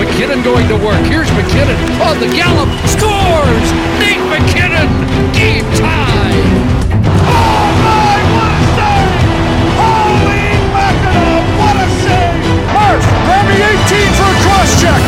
McKinnon going to work. Here's McKinnon on the gallop. Scores! Nate McKinnon! Game tie! Oh my, what a save! Holy mackerel, what a save! Murph, grab me 18 for a cross-check!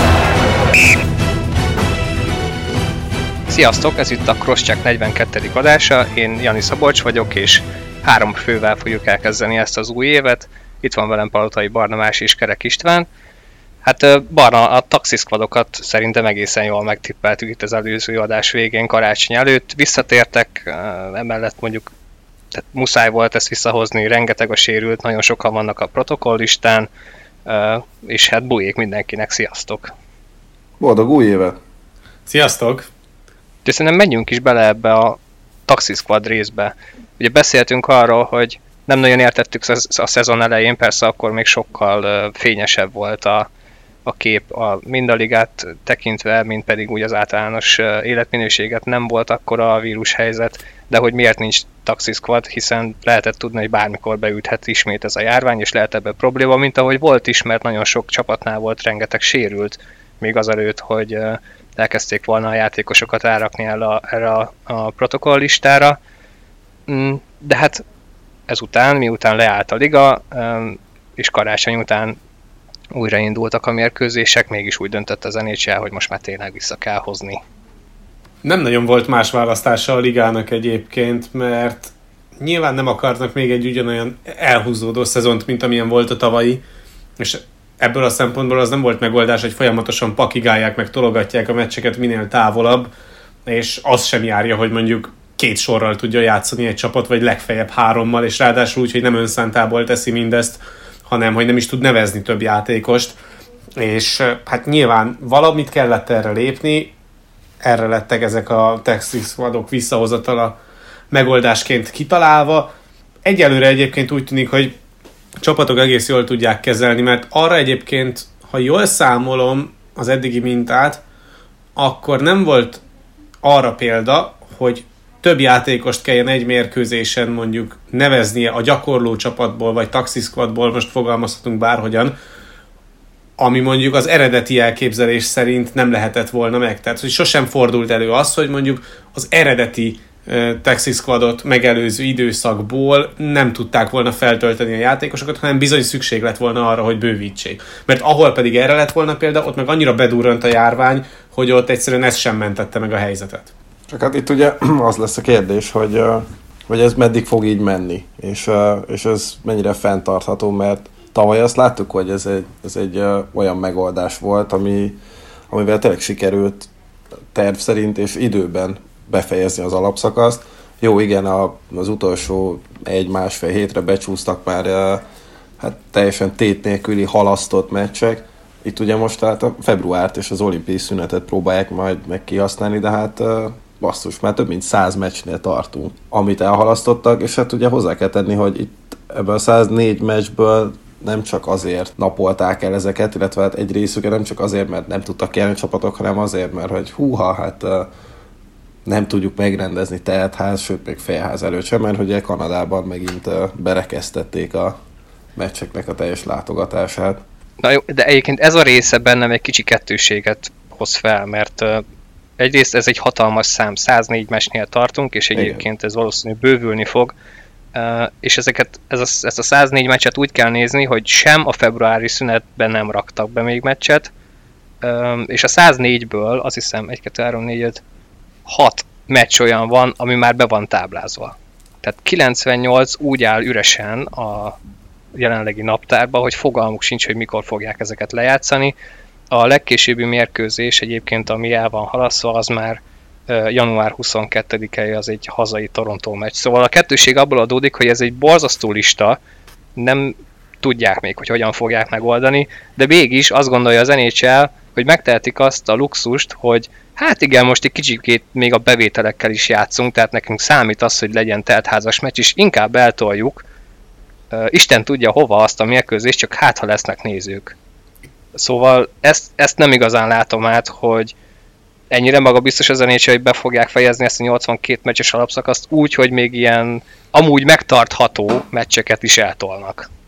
Sziasztok, ez itt a Crosscheck 42. adása, én Jani Szabolcs vagyok, és 3 fővel fogjuk elkezdeni ezt az új évet. Itt van velem Palotai Barnabás és Kerek István. Hát Barna, a taxiszkvadokat szerintem egészen jól megtippeltük itt az előző adás végén karácsony előtt. Visszatértek, emellett mondjuk tehát muszáj volt ezt visszahozni, rengeteg a sérült, nagyon sokan vannak a protokollistán, és hát bujék mindenkinek, sziasztok! Boldog új évet! Sziasztok! De szerintem menjünk is bele ebbe a taxiszkvad részbe. Ugye beszéltünk arról, hogy nem nagyon értettük a szezon elején, persze akkor még sokkal fényesebb volt a kép, mind a ligát tekintve, mind pedig úgy az általános életminőséget, nem volt akkor a vírushelyzet, de hogy miért nincs taxiszkvad, hiszen lehetett tudni, hogy bármikor beüthet ismét ez a járvány, és lehet ebben probléma, mint ahogy volt is, mert nagyon sok csapatnál volt rengeteg sérült, még azelőtt, hogy elkezdték volna a játékosokat rárakni erre a protokolllistára. De hát ezután, miután leállt a liga, és karácsony után újraindultak a mérkőzések, mégis úgy döntött az NHL, hogy most már tényleg vissza kell hozni. Nem nagyon volt más választása a ligának egyébként, mert nyilván nem akarnak még egy ugyanolyan elhúzódó szezont, mint amilyen volt a tavalyi, és ebből a szempontból az nem volt megoldás, hogy folyamatosan pakigálják, meg tologatják a meccseket minél távolabb, és az sem járja, hogy mondjuk 2 sorral tudja játszani egy csapat, vagy legfeljebb 3-mal, és ráadásul úgy, hogy nem önszántából teszi mindezt, hanem hogy nem is tud nevezni több játékost, és hát nyilván valamit kellett erre lépni, erre lettek ezek a taxiszkvadok visszahozatala megoldásként kitalálva. Egyelőre egyébként úgy tűnik, hogy csapatok egész jól tudják kezelni, mert arra egyébként, ha jól számolom az eddigi mintát, akkor nem volt arra példa, hogy több játékost kelljen egy mérkőzésen mondjuk neveznie a gyakorló csapatból, vagy taxiszkvadból, most fogalmazhatunk bárhogyan, ami mondjuk az eredeti elképzelés szerint nem lehetett volna meg. Tehát, hogy sosem fordult elő az, hogy mondjuk az eredeti taxiszkvadot megelőző időszakból nem tudták volna feltölteni a játékosokat, hanem bizony szükség lett volna arra, hogy bővítsék. Mert ahol pedig erre lett volna példa, ott meg annyira bedurrant a járvány, hogy ott egyszerűen ez sem mentette meg a helyzetet. Csak hát itt ugye az lesz a kérdés, hogy ez meddig fog így menni, és ez mennyire fenntartható, mert tavaly azt láttuk, hogy ez egy olyan megoldás volt, amivel tényleg sikerült terv szerint és időben befejezni az alapszakaszt. Jó, igen, az utolsó 1-1,5 hétre becsúsztak már hát teljesen tét nélküli halasztott meccsek. Itt ugye most hát a februárt és az olimpiai szünetet próbálják majd meg kihasználni, de hát basszus, már több mint 100 meccsnél tartunk, amit elhalasztottak, és hát ugye hozzá kell tenni, hogy itt ebből a 104 meccsből nem csak azért napolták el ezeket, illetve hát egy részüket nem csak azért, mert nem tudtak jelni csapatok, hanem azért, mert hogy hát nem tudjuk megrendezni teltház, sőt még félház előtt sem, mert ugye Kanadában megint berekeztették a meccseknek a teljes látogatását. Na jó, de egyébként ez a része bennem egy kicsi kettőséget hoz fel, mert egyrészt ez egy hatalmas szám, 104 meccsnél tartunk, és egyébként ez valószínűleg bővülni fog, és ezt a 104 meccset úgy kell nézni, hogy sem a februári szünetben nem raktak be még meccset, és a 104-ből azt hiszem 1, 2, 3, 4, 5, 6 meccs olyan van, ami már be van táblázva. Tehát 98 úgy áll üresen a jelenlegi naptárban, hogy fogalmuk sincs, hogy mikor fogják ezeket lejátszani. A legkésőbbi mérkőzés egyébként, ami el van halasztva, az már január 22-e, az egy hazai Toronto meccs. Szóval a kettőség abból adódik, hogy ez egy borzasztó lista, nem tudják még, hogy hogyan fogják megoldani, de mégis azt gondolja az NHL, hogy megtehetik azt a luxust, hogy hát igen, most egy kicsit még a bevételekkel is játszunk, tehát nekünk számít az, hogy legyen teltházas meccs, és inkább eltoljuk, Isten tudja hova azt a mérkőzést, csak hát ha lesznek nézők. Szóval ezt nem igazán látom át, hogy ennyire magabiztos az NHL, hogy be fogják fejezni ezt a 82 meccses alapszakaszt úgy, hogy még ilyen amúgy megtartható meccseket is eltolnak.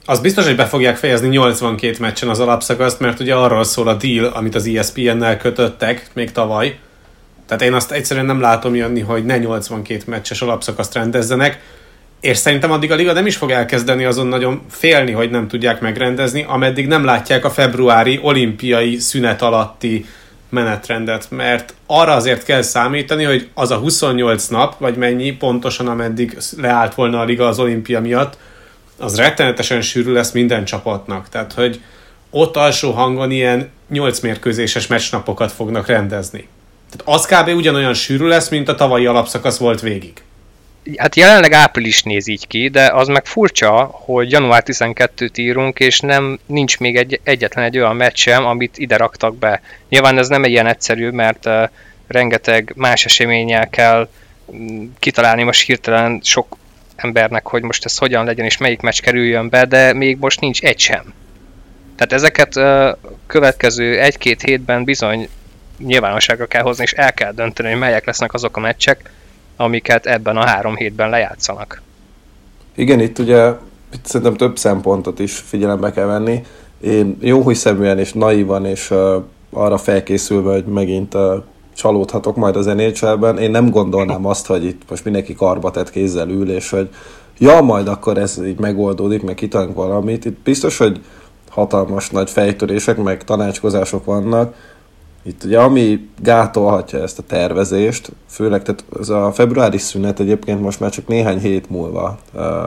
Az biztos, hogy be fogják fejezni 82 meccsen az alapszakaszt, mert ugye arról szól a deal, amit az ESPN-nel kötöttek még tavaly. Tehát én azt egyszerűen nem látom jönni, hogy ne 82 meccses alapszakaszt rendezzenek, és szerintem addig a liga nem is fog elkezdeni azon nagyon félni, hogy nem tudják megrendezni, ameddig nem látják a februári olimpiai szünet alatti menetrendet, mert arra azért kell számítani, hogy az a 28 nap, vagy mennyi pontosan, ameddig leállt volna a liga az olimpia miatt, az rettenetesen sűrű lesz minden csapatnak. Tehát, hogy ott alsó hangon ilyen 8 mérkőzéses meccsnapokat fognak rendezni. Tehát az kb. Ugyanolyan sűrű lesz, mint a tavalyi alapszakasz volt végig. Hát jelenleg április néz így ki, de az meg furcsa, hogy január 12-t írunk, és nincs még egyetlen egy olyan meccs sem, amit ide raktak be. Nyilván ez nem egy ilyen egyszerű, mert rengeteg más eseménnyel kell kitalálni most hirtelen sok embernek, hogy most ez hogyan legyen, és melyik meccs kerüljön be, de még most nincs egy sem. Tehát ezeket következő 1-2 hétben bizony nyilvánosságra kell hozni, és el kell dönteni, hogy melyek lesznek azok a meccsek, amiket ebben a 3 hétben lejátszanak. Igen, itt szerintem több szempontot is figyelembe kell venni. Én jóhiszeműen és naívan és arra felkészülve, hogy megint csalódhatok majd az NHL-ben, én nem gondolnám azt, hogy itt most mindenki karba tett kézzel ül, és hogy majd akkor ez így megoldódik, meg kitalálunk valamit. Itt biztos, hogy hatalmas nagy fejtörések, meg tanácskozások vannak. Itt ugye ami gátolhatja ezt a tervezést, főleg tehát ez a februári szünet egyébként most már csak néhány hét múlva.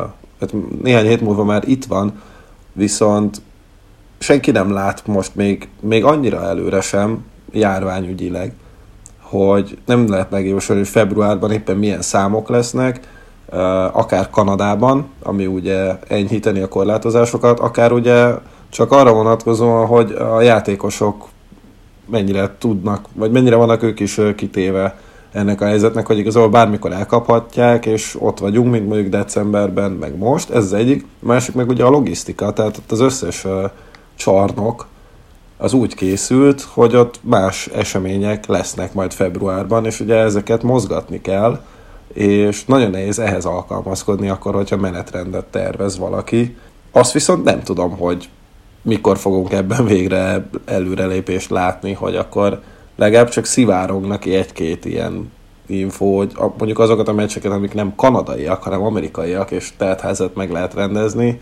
Néhány hét múlva már itt van, viszont senki nem lát most még annyira előre sem járványügyileg, hogy nem lehet megjósolni, hogy februárban éppen milyen számok lesznek, akár Kanadában, ami ugye enyhíteni a korlátozásokat, akár ugye csak arra vonatkozóan, hogy a játékosok mennyire tudnak, vagy mennyire vannak ők is kitéve ennek a helyzetnek, hogy igazából bármikor elkaphatják, és ott vagyunk, mint mondjuk decemberben, meg most, ez az egyik. A másik meg ugye a logisztika, tehát ott az összes csarnok az úgy készült, hogy ott más események lesznek majd februárban, és ugye ezeket mozgatni kell, és nagyon nehéz ehhez alkalmazkodni akkor, hogyha menetrendet tervez valaki. Azt viszont nem tudom, hogy mikor fogunk ebben végre előrelépést látni, hogy akkor legalább csak szivárognak egy-két ilyen info, hogy mondjuk azokat a meccseket, amik nem kanadaiak, hanem amerikaiak, és teltházat meg lehet rendezni,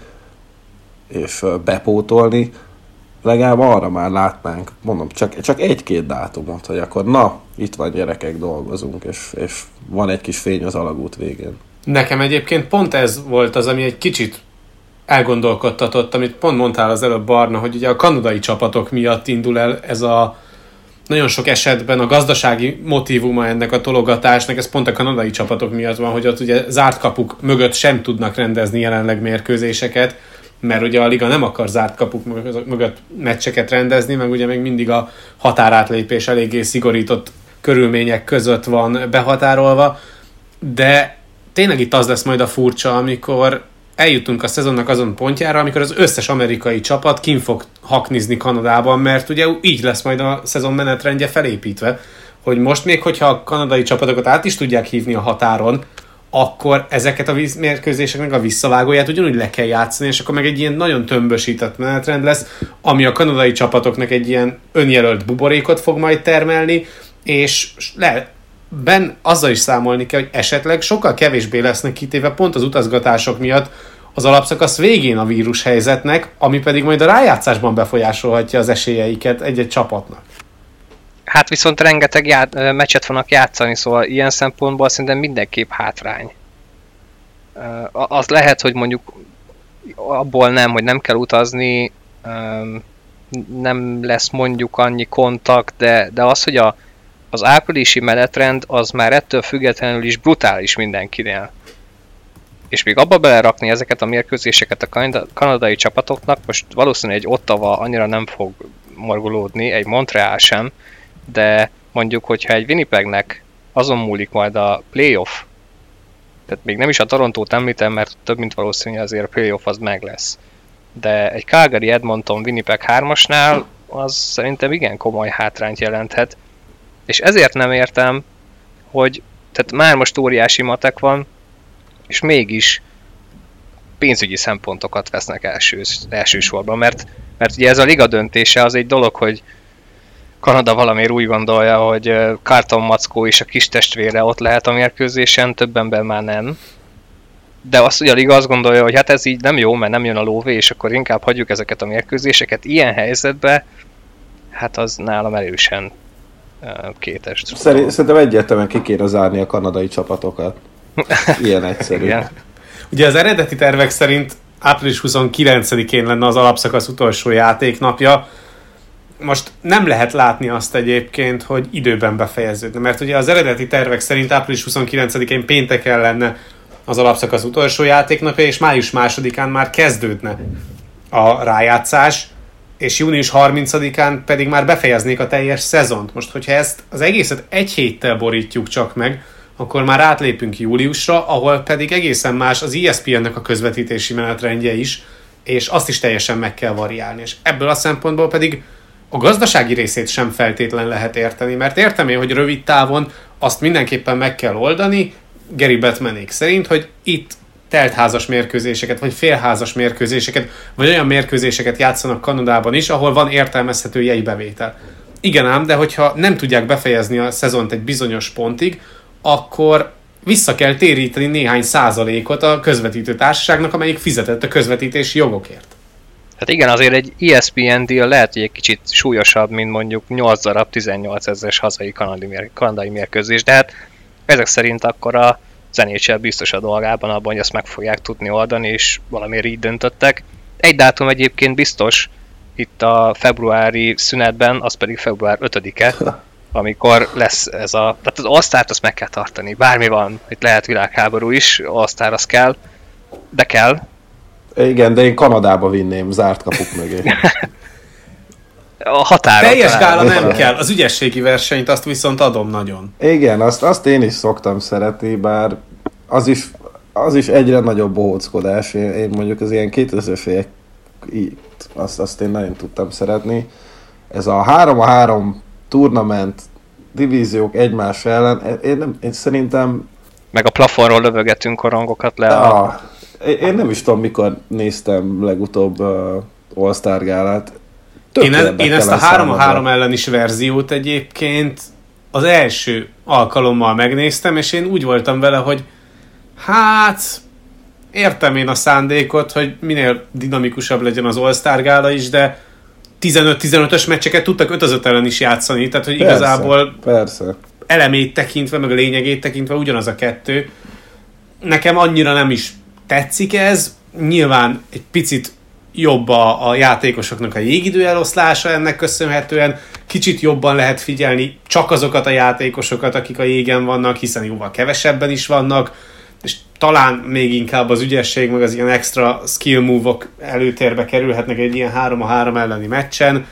és bepótolni, legalább arra már látnánk, mondom, csak egy-két dátumot, hogy akkor itt van gyerekek, dolgozunk, és van egy kis fény az alagút végén. Nekem egyébként pont ez volt az, ami egy kicsit elgondolkodtatott, amit pont mondtál az előbb, Barna, hogy ugye a kanadai csapatok miatt indul el ez a nagyon sok esetben a gazdasági motívuma ennek a tologatásnak, ez pont a kanadai csapatok miatt van, hogy ott ugye zárt kapuk mögött sem tudnak rendezni jelenleg mérkőzéseket, mert ugye a liga nem akar zárt kapuk mögött meccseket rendezni, meg ugye még mindig a határátlépés eléggé szigorított körülmények között van behatárolva, de tényleg itt az lesz majd a furcsa, amikor eljutunk a szezonnak azon pontjára, amikor az összes amerikai csapat kint fog haknizni Kanadában, mert ugye így lesz majd a szezon menetrendje felépítve, hogy most még, hogyha a kanadai csapatokat át is tudják hívni a határon, akkor ezeket a mérkőzéseknek a visszavágóját ugyanúgy le kell játszani, és akkor meg egy ilyen nagyon tömbösített menetrend lesz, ami a kanadai csapatoknak egy ilyen önjelölt buborékot fog majd termelni, és azzal is számolni kell, hogy esetleg sokkal kevésbé lesznek kitéve pont az utazgatások miatt az alapszakasz végén a vírushelyzetnek, ami pedig majd a rájátszásban befolyásolhatja az esélyeiket egy-egy csapatnak. Hát viszont rengeteg meccset fognak játszani, szóval ilyen szempontból szerintem mindenképp hátrány. Az lehet, hogy mondjuk abból nem, hogy nem kell utazni, nem lesz mondjuk annyi kontakt, de az, hogy az áprilisi menetrend az már ettől függetlenül is brutális mindenkinél. És még abba belerakni ezeket a mérkőzéseket a kanadai csapatoknak, most valószínűleg egy Ottawa annyira nem fog morgolódni, egy Montreal sem, de mondjuk, hogyha egy Winnipegnek azon múlik majd a playoff, tehát még nem is a Torontót említem, mert több mint valószínű azért a playoff az meg lesz. De egy Calgary, Edmonton, Winnipeg 3-asnál az szerintem igen komoly hátrányt jelenthet. És ezért nem értem, hogy tehát már most óriási matek van, és mégis pénzügyi szempontokat vesznek elsősorban, mert ugye ez a liga döntése az egy dolog, hogy Kanada valamiért úgy gondolja, hogy Carton Mackó és a kis testvére ott lehet a mérkőzésen, több ember már nem. De azt, hogy a liga azt gondolja, hogy hát ez így nem jó, mert nem jön a lóvé, és akkor inkább hagyjuk ezeket a mérkőzéseket ilyen helyzetben, hát az nálam erősen kétes. Szerintem egyértelműen ki kéne zárni a kanadai csapatokat. Ilyen egyszerű. Igen. Ugye az eredeti tervek szerint április 29-én lenne az alapszakasz utolsó játéknapja. Most nem lehet látni azt egyébként, hogy időben befejeződne, mert ugye az eredeti tervek szerint április 29-én pénteken lenne az alapszakasz utolsó játéknapja, és május 2-án már kezdődne a rájátszás, és június 30-án pedig már befejeznék a teljes szezont. Most, hogyha ezt az egészet egy héttel borítjuk csak meg, akkor már átlépünk júliusra, ahol pedig egészen más az ESPN-nek a közvetítési menetrendje is, és azt is teljesen meg kell variálni. És ebből a szempontból pedig a gazdasági részét sem feltétlen lehet érteni, mert értem én, hogy rövid távon azt mindenképpen meg kell oldani, Gary Bettmanék szerint, hogy itt teltházas mérkőzéseket, vagy félházas mérkőzéseket, vagy olyan mérkőzéseket játszanak Kanadában is, ahol van értelmezhető jegybevétel. Igen ám, de hogyha nem tudják befejezni a szezont egy bizonyos pontig, akkor vissza kell téríteni néhány százalékot a közvetítő társaságnak, amelyik fizetett a közvetítési jogokért. Hát igen, azért egy ESPN deal lehet, hogy egy kicsit súlyosabb, mint mondjuk 8 darab 18 000-es hazai kanadai mérkőzés, de hát ezek szerint akkor a NHL biztos a dolgában abban, hogy ezt meg fogják tudni oldani, és valamiért így döntöttek. Egy dátum egyébként biztos itt a februári szünetben, az pedig február 5-e, amikor lesz ez a... Tehát az All-Start azt meg kell tartani, bármi van, itt lehet világháború is, All-Star az kell, de kell. Igen, de én Kanadába vinném, zárt kapuk mögé. A határon. Teljes gála nem kell, az ügyességi versenyt azt viszont adom nagyon. Igen, azt én is szoktam szeretni, bár az is egyre nagyobb bohóckodás. Én mondjuk az ilyen 2000-es évek azt én nagyon tudtam szeretni. Ez a 3-3 tournament divíziók egymás ellen, én szerintem... Meg a plafonról lövögetünk korongokat le Én nem is tudom, mikor néztem legutóbb All-Star gálát. Én ezt a 3-3 ellenis verziót egyébként az első alkalommal megnéztem, és én úgy voltam vele, hogy hát értem én a szándékot, hogy minél dinamikusabb legyen az All-Star gála is, de 15-15-ös meccseket tudtak 5-5 ellen is játszani, tehát hogy igazából elemét tekintve, meg a lényegét tekintve ugyanaz a kettő. Nekem annyira nem is tetszik ez, nyilván egy picit jobb a játékosoknak a jégidő eloszlása ennek köszönhetően, kicsit jobban lehet figyelni csak azokat a játékosokat, akik a jégen vannak, hiszen jóval kevesebben is vannak, és talán még inkább az ügyesség, meg az ilyen extra skill move-ok előtérbe kerülhetnek egy ilyen 3-3 elleni meccsen,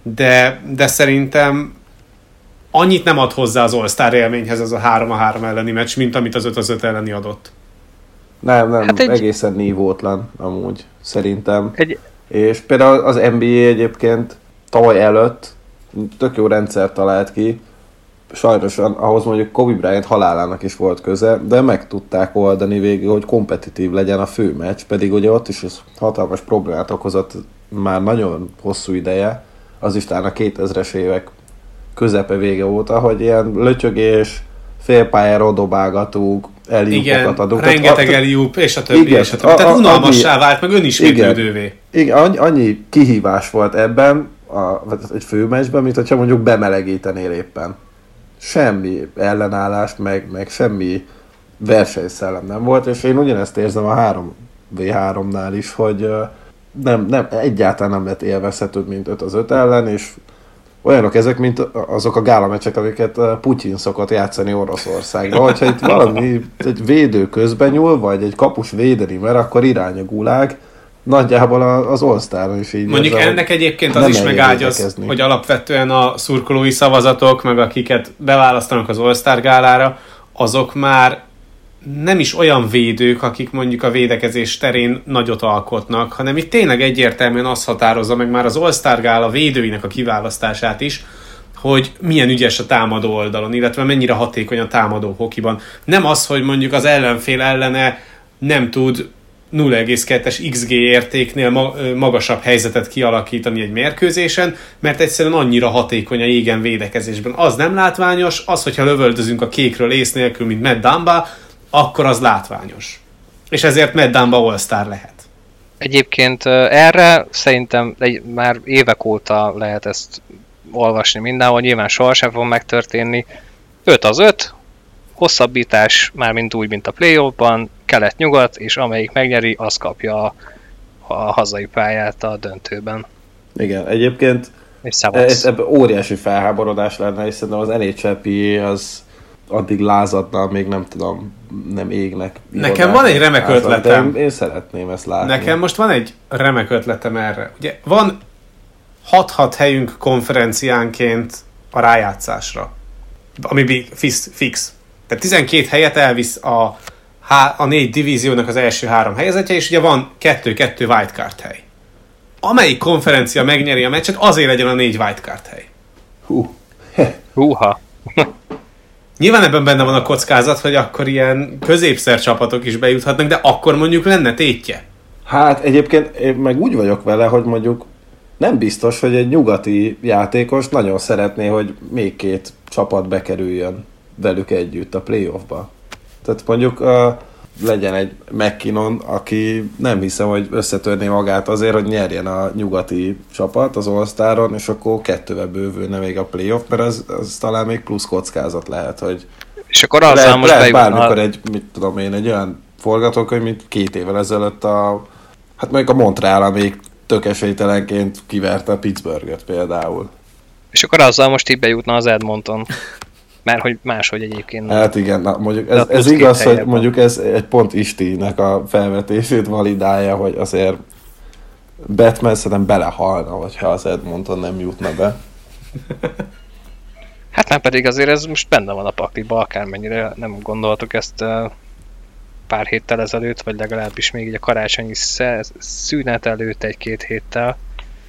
de szerintem annyit nem ad hozzá az All-Star élményhez ez a 3-3 elleni meccs, mint amit az 5-5 elleni adott. Nem, hát egészen nívótlan amúgy, szerintem. És például az NBA egyébként tavaly előtt tök jó rendszer talált ki, sajnos ahhoz mondjuk Kobe Bryant halálának is volt köze, de meg tudták oldani végül, hogy kompetitív legyen a főmeccs, pedig ugye ott is ez hatalmas problémát okozott már nagyon hosszú ideje, az is talán a 2000-es évek közepe vége óta, hogy ilyen lötyögés, félpályáról dobálgatunk, eliupokat adunk. Rengeteg eliup, és a többi, és a többi. Tehát unalmassá vált, meg önismétlődővé. Igen, annyi kihívás volt ebben egy főmeccsben, mint hogyha mondjuk bemelegítenél éppen. Semmi ellenállás, meg semmi versenyszellem nem volt, és én ugyanezt érzem a 3v3-nál is, hogy nem, egyáltalán nem lett élvezhető, mint 5-5 ellen, és olyanok ezek, mint azok a gálameccsek, amiket Putyin szokott játszani Oroszországban. Hogyha itt valami egy védő közben nyúl, vagy egy kapus védeni, mert akkor irány a gulág, nagyjából az All-Staron is így. Mondjuk érzem, ennek egyébként az is megágyaz, hogy alapvetően a szurkolói szavazatok, meg akiket beválasztanak az All-Star gálára, azok már nem is olyan védők, akik mondjuk a védekezés terén nagyot alkotnak, hanem itt tényleg egyértelműen az határozza meg már az All-Star gála védőinek a kiválasztását is, hogy milyen ügyes a támadó oldalon, illetve mennyire hatékony a támadó hokiban. Nem az, hogy mondjuk az ellenfél ellene nem tud 0,2-es XG értéknél magasabb helyzetet kialakítani egy mérkőzésen, mert egyszerűen annyira hatékony a jégen védekezésben. Az nem látványos, az, hogyha lövöldözünk a kékről ész nélkül, mint Matt Dumba, akkor az látványos. És ezért Matt Dumba All-Star lehet. Egyébként erre szerintem már évek óta lehet ezt olvasni mindenhol, nyilván sohasem fog megtörténni. 5-5, hosszabbítás, mármint úgy, mint a playoffban, kelet-nyugat, és amelyik megnyeri, az kapja a hazai pályát a döntőben. Igen, egyébként ebben óriási felháborodás lenne, és szerintem az NHLPA az addig lázadna, még nem tudom, nem égnek. Nekem van egy remek ötletem. Én szeretném ezt látni. Nekem most van egy remek ötletem erre. Ugye van 6-6 helyünk konferenciánként a rájátszásra, ami fix. Tehát 12 helyet elvisz a 4 divíziónak az első 3 helyezetje, és ugye van 2-2 wildcard hely. Amelyik konferencia megnyeri a meccset, azért legyen a 4 wildcard hely. Húha. Nyilván ebben benne van a kockázat, hogy akkor ilyen középszer csapatok is bejuthatnak, de akkor mondjuk lenne tétje. Hát egyébként én meg úgy vagyok vele, hogy mondjuk nem biztos, hogy egy nyugati játékos nagyon szeretné, hogy még 2 csapat bekerüljön velük együtt a playoffba. Tehát mondjuk legyen egy McKinnon, aki nem hiszem, hogy összetörné magát azért, hogy nyerjen a nyugati csapat az All-Staron, és akkor 2-vel bővülne még a playoff, mert az talán még plusz kockázat lehet, hogy és akkor azzal most lehet bármikor egy olyan forgatókönyv, mint 2 évvel ezelőtt hát mondjuk a Montreal, amelyik tök esélytelenként kiverte a Pittsburghet például. És akkor azzal most így bejutna az Edmonton. Mert hogy máshogy egyébként nem. Hát igen, mondjuk ez igaz, hogy mondjuk ez egy pont Istinek a felvetését validálja, hogy azért Batman szerintem belehalna, hogyha az Edmonton nem jutna be. Hát nem pedig azért ez most benne van a pakliba, akármennyire nem gondoltuk ezt pár héttel ezelőtt, vagy legalábbis még így a karácsonyi szünet előtt 1-2 héttel.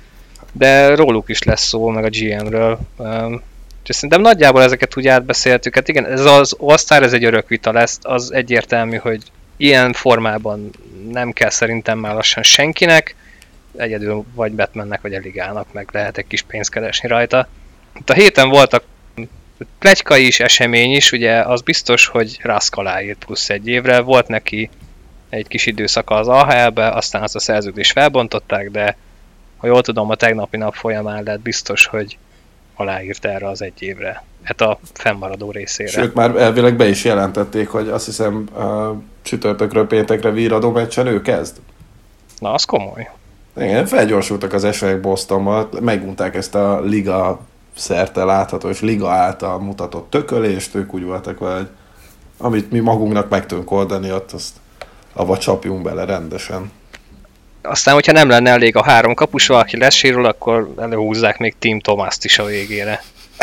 De róluk is lesz szó, meg a GM-ről. Szerintem nagyjából ezeket úgy átbeszéltük. Hát igen, ez az All-Star, ez egy örök vita lesz. Az egyértelmű, hogy ilyen formában nem kell szerintem már lassan senkinek. Egyedül vagy Batmannek, vagy a ligának meg lehet egy kis pénzt keresni rajta. Itt a héten voltak pletyka is, esemény is, ugye az biztos, hogy Rask aláírt plusz 1 évre. Volt neki egy kis időszaka az AHL-be, aztán azt a szerződést felbontották, de ha jól tudom, a tegnapi nap folyamán lett biztos, hogy aláírt erre az 1 évre. Hát a fennmaradó részére. Sőt, már elvileg be is jelentették, hogy azt hiszem csütörtökről péntekre víradó meccsen ő kezd. Na, az komoly. Igen, felgyorsultak az események Bostonban, megunták ezt a liga szerte látható, és liga által mutatott tökölést, ők úgy voltak, hogy amit mi magunknak meg tudunk oldani, ott azt avval csapjunk bele rendesen. Aztán, hogyha nem lenne elég a 3 kapus, aki lesérül, akkor előhúzzák még Tim Thomas-t is a végére.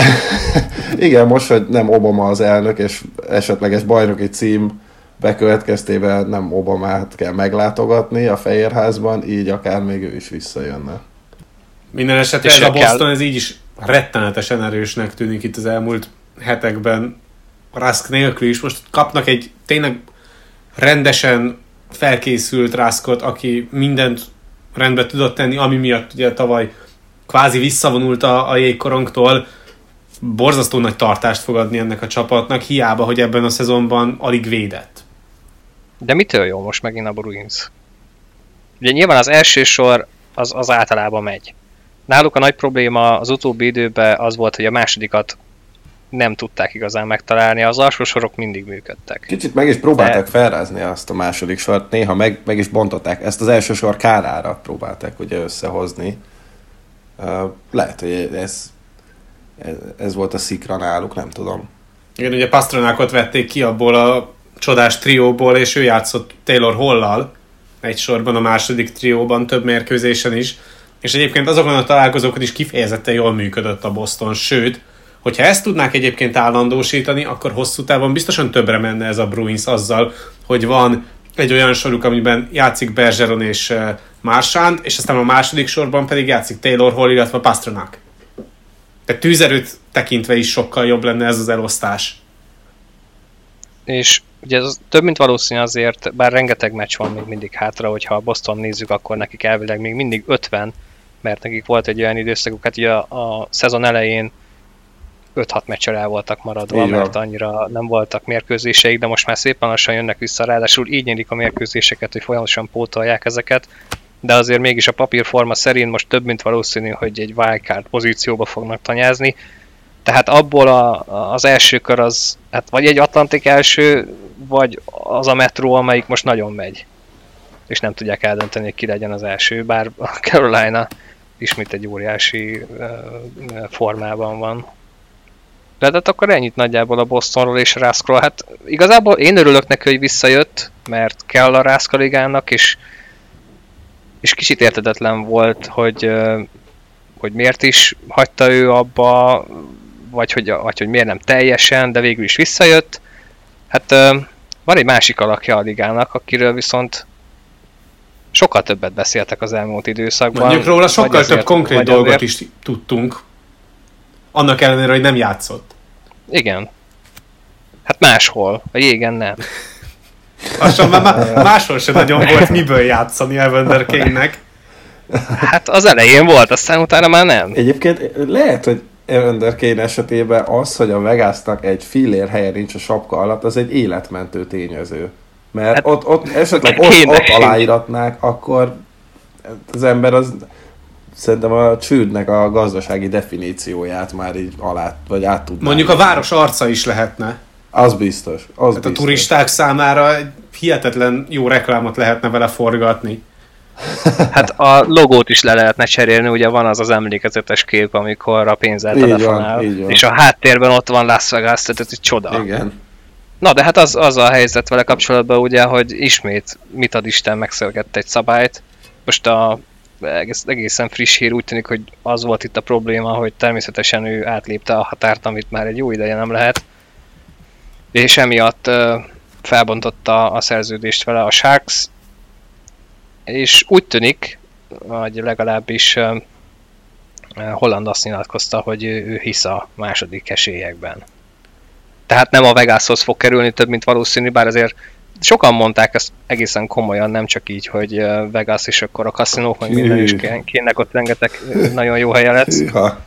Igen, most, hogy nem Obama az elnök, és esetleges bajnoki cím bekövetkeztében nem Obamát kell meglátogatni a Fehérházban, így akár még ő is visszajönne. Minden esetre ez a Boston, ez így is rettenetesen erősnek tűnik itt az elmúlt hetekben. Rask nélkül is most kapnak egy tényleg rendesen felkészült Raskot, aki mindent rendbe tudott tenni, ami miatt ugye tavaly kvázi visszavonult a jégkorongtól. Borzasztó nagy tartást fog adni ennek a csapatnak, hiába, hogy ebben a szezonban alig védett. De mitől jó most megint a Bruins? Ugye nyilván az első sor az általában megy. Náluk a nagy probléma az utóbbi időben az volt, hogy a másodikat nem tudták igazán megtalálni, az alsó sorok mindig működtek. Kicsit meg is próbálták felrázni azt a második sort, néha meg is bontották. Ezt az első sor kárára próbálták ugye összehozni. Lehet, hogy ez volt a szikra náluk, nem tudom. Igen, ugye Pastrnákot vették ki abból a csodás trióból, és ő játszott Taylor Hall-lal egy sorban a második trióban, több mérkőzésen is. És egyébként azokon a találkozókon is kifejezetten jól működött a Boston, sőt, hogyha ezt tudnák egyébként állandósítani, akkor hosszú távon biztosan többre menne ez a Bruins azzal, hogy van egy olyan soruk, amiben játszik Bergeron és Marchand, és aztán a második sorban pedig játszik Taylor Hall, illetve Pastrnak. Tehát tűzerőt tekintve is sokkal jobb lenne ez az elosztás. És ugye ez több mint valószínű azért, bár rengeteg meccs van még mindig hátra, hogyha a Boston nézzük, akkor nekik elvileg még mindig 50, mert nekik volt egy olyan időszakuk, hát ugye a szezon elején 5-6 meccsre el voltak maradva, mert annyira nem voltak mérkőzéseik, de most már szépen lassan jönnek vissza, ráadásul így nyerik a mérkőzéseket, hogy folyamatosan pótolják ezeket, de azért mégis a papírforma szerint most több mint valószínű, hogy egy wildcard pozícióba fognak tanyázni, tehát abból az első kör az, hát vagy egy Atlantik első, vagy az a Metro, amelyik most nagyon megy, és nem tudják eldönteni, hogy ki legyen az első, bár a Carolina ismét egy óriási formában van. De hát akkor ennyit nagyjából a Bostonról és Raskról. Hát igazából én örülök neki, hogy visszajött, mert kell a Rask ligának, és kicsit érthetetlen volt, hogy miért is hagyta ő abba, vagy hogy miért nem teljesen, de végül is visszajött. Hát van egy másik alakja a ligának, akiről viszont sokkal többet beszéltek az elmúlt időszakban. Mondjuk róla sokkal több konkrét dolgot is tudtunk, annak ellenére, hogy nem játszott. Igen. Hát máshol, a jégen nem. Aztán már máshol sem nagyon volt miből játszani Evander Kane-nek. Hát az elején volt, aztán utána már nem. Egyébként lehet, hogy Evander Kane esetében az, hogy a Vegasnak egy fillér helye nincs a sapka alatt, az egy életmentő tényező. Mert hát, ott esetleg ott aláíratnák, akkor az ember az szerintem a csődnek a gazdasági definícióját már így alá, vagy át tudná. Mondjuk a város arca is lehetne. Az biztos. A turisták számára egy hihetetlen jó reklámot lehetne vele forgatni. Hát a logót is le lehetne cserélni, ugye van az emlékezetes kép, amikor a pénzzel telefonál, és a háttérben ott van Las Vegas, tehát ez egy csoda. Igen. Na de hát az a helyzet vele kapcsolatban ugye, hogy ismét mit ad Isten megszögett egy szabályt. Most egészen friss hír, úgy tűnik, hogy az volt itt a probléma, hogy természetesen ő átlépte a határt, amit már egy jó ideje nem lehet. És emiatt felbontotta a szerződést vele a Sharks, és úgy tűnik, vagy legalábbis Holland azt nyilatkozta, hogy ő hisz a második esélyekben. Tehát nem a Vegashoz fog kerülni több, mint valószínű, bár azért sokan mondták ezt egészen komolyan, nem csak így, hogy Vegas és akkor a kaszinók, meg minden is kének, ott rengeteg nagyon jó helye lesz.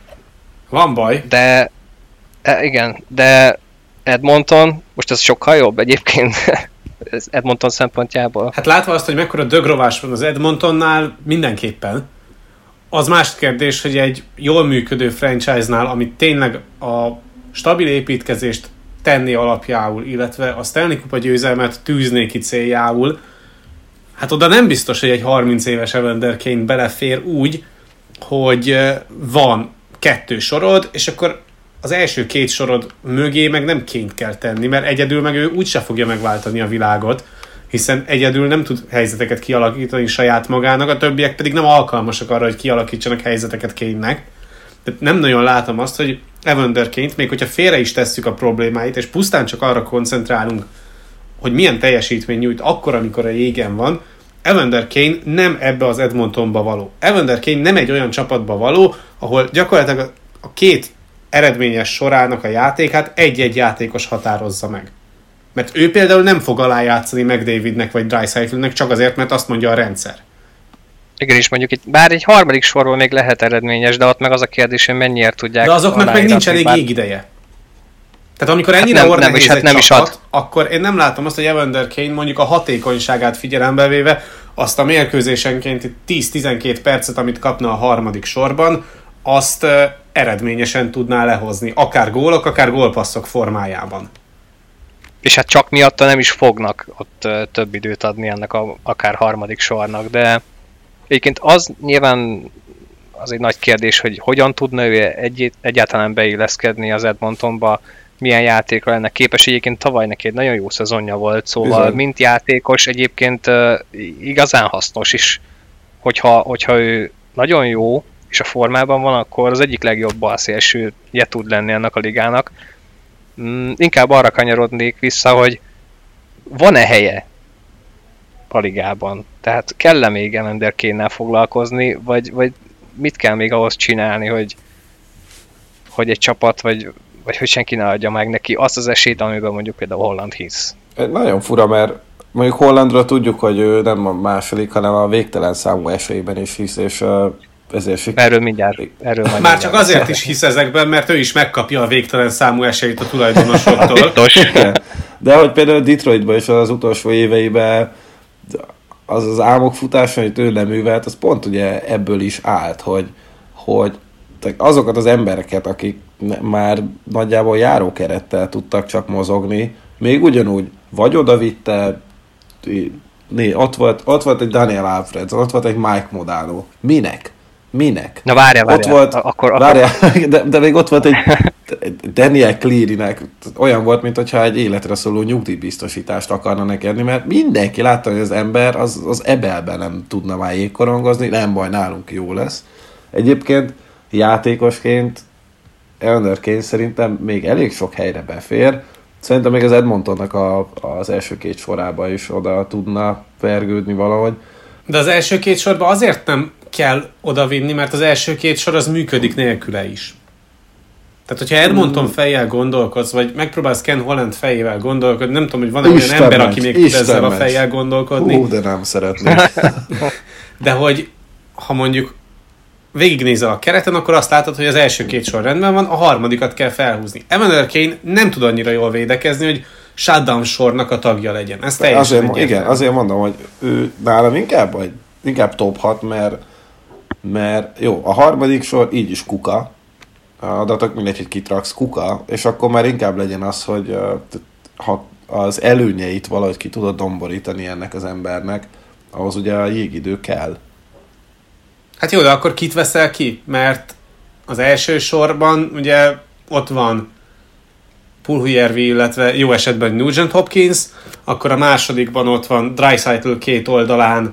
Van baj. De igen, de Edmonton, most ez sokkal jobb egyébként Edmonton szempontjából. Hát látva azt, hogy mekkora dögrovás van az Edmontonnál, mindenképpen. Az más kérdés, hogy egy jól működő franchise-nál, amit tényleg a stabil építkezést tenni alapjául, illetve a Stanley Kupa győzelmet tűzné ki céljául, hát oda nem biztos, hogy egy 30 éves Evander Kane belefér úgy, hogy van 2 sorod, és akkor az első 2 sorod mögé meg nem Kane-t kell tenni, mert egyedül meg ő úgyse fogja megváltani a világot, hiszen egyedül nem tud helyzeteket kialakítani saját magának, a többiek pedig nem alkalmasak arra, hogy kialakítsanak helyzeteket Kane-nek. Tehát nem nagyon látom azt, hogy Evander Kane-t, még hogyha félre is tesszük a problémáit, és pusztán csak arra koncentrálunk, hogy milyen teljesítmény nyújt akkor, amikor a jégen van, Evander Kane nem ebbe az Edmontonba való. Evander Kane nem egy olyan csapatba való, ahol gyakorlatilag a 2 eredményes sorának a játékát egy-egy játékos határozza meg. Mert ő például nem fog alájátszani McDavidnek vagy Draisaitlnek csak azért, mert azt mondja a rendszer. Igen, és mondjuk itt, bár egy harmadik sorból még lehet eredményes, de ott meg az a kérdés, hogy mennyiért tudják. De azoknak meg nincs elég jégideje. Tehát amikor ennyire nehéz egy csapat, akkor én nem látom azt, hogy Evander Kane mondjuk a hatékonyságát figyelembe véve azt a mérkőzésenként 10-12 percet, amit kapna a harmadik sorban, azt eredményesen tudná lehozni. Akár gólok, akár gólpasszok formájában. És hát csak miatta nem is fognak ott több időt adni ennek akár harmadik sornak, de egyébként az nyilván az egy nagy kérdés, hogy hogyan tudna ő egyáltalán beilleszkedni az Edmontonba, milyen játékra lenne képes. Egyébként tavaly neki egy nagyon jó szezonja volt, szóval bizony, mint játékos egyébként igazán hasznos is, hogyha ő nagyon jó és a formában van, akkor az egyik legjobb balszélsője tud lenni ennek a ligának. Inkább arra kanyarodnék vissza, hogy van-e helye a ligában? Tehát kell-e még Evander Kane-nel foglalkozni, vagy mit kell még ahhoz csinálni, hogy egy csapat, vagy hogy senki ne adja meg neki azt az esélyt, amiben mondjuk például Holland hisz? Nagyon fura, mert mondjuk Hollandra tudjuk, hogy ő nem a második, hanem a végtelen számú esélyben is hisz, és ezért Erről majd már csak azért is hisz ezekben, mert ő is megkapja a végtelen számú esélyt a tulajdonosoktól. De hogy például Detroitban is az utolsó éveiben az álmok futása, amit ő nem művelt, az pont ugye ebből is állt, hogy azokat az embereket, akik már nagyjából járókerettel tudtak csak mozogni, még ugyanúgy vagy odavitte, ott volt egy Daniel Alfred, ott volt egy Mike Modano. Minek? Na várjál. Ott volt, de még ott volt egy Daniel Cleary-nek, olyan volt, mintha egy életre szóló nyugdíjbiztosítást akarna neki adni, mert mindenki látta, hogy az ember az ebelben nem tudna már jégkorongozni, nem baj, nálunk jó lesz. Egyébként játékosként, Evanderként szerintem még elég sok helyre befér. Szerintem még az Edmontonnak az első két sorába is oda tudna vergődni valahogy. De az első két sorba azért nem kell odavinni, mert az első két sor az működik nélküle is. Tehát, hogyha Edmonton fejjel gondolkodsz, vagy megpróbálsz Ken Holland fejével gondolkodni, nem tudom, hogy van olyan ember, aki még tud ezzel a fejjel gondolkodni. De nem szeretném. De hogy, ha mondjuk végignézel a kereten, akkor azt látod, hogy az első két sor rendben van, a harmadikat kell felhúzni. Evander Kane nem tud annyira jól védekezni, hogy shutdown sornak a tagja legyen. Ez teljesen igen, azért mondom, hogy ő nálam inkább top 6, mert jó, a harmadik sor így is kuka, adatok mindegy, hogy kitraksz kuka, és akkor már inkább legyen az, hogy ha az előnyeit valahogy ki tudod domborítani ennek az embernek, ahhoz ugye a jégidő kell. Hát jó, de akkor kit veszel ki? Mert az első sorban ugye ott van Puljujärvi, illetve jó esetben Nugent Hopkins, akkor a másodikban ott van Draisaitl két oldalán,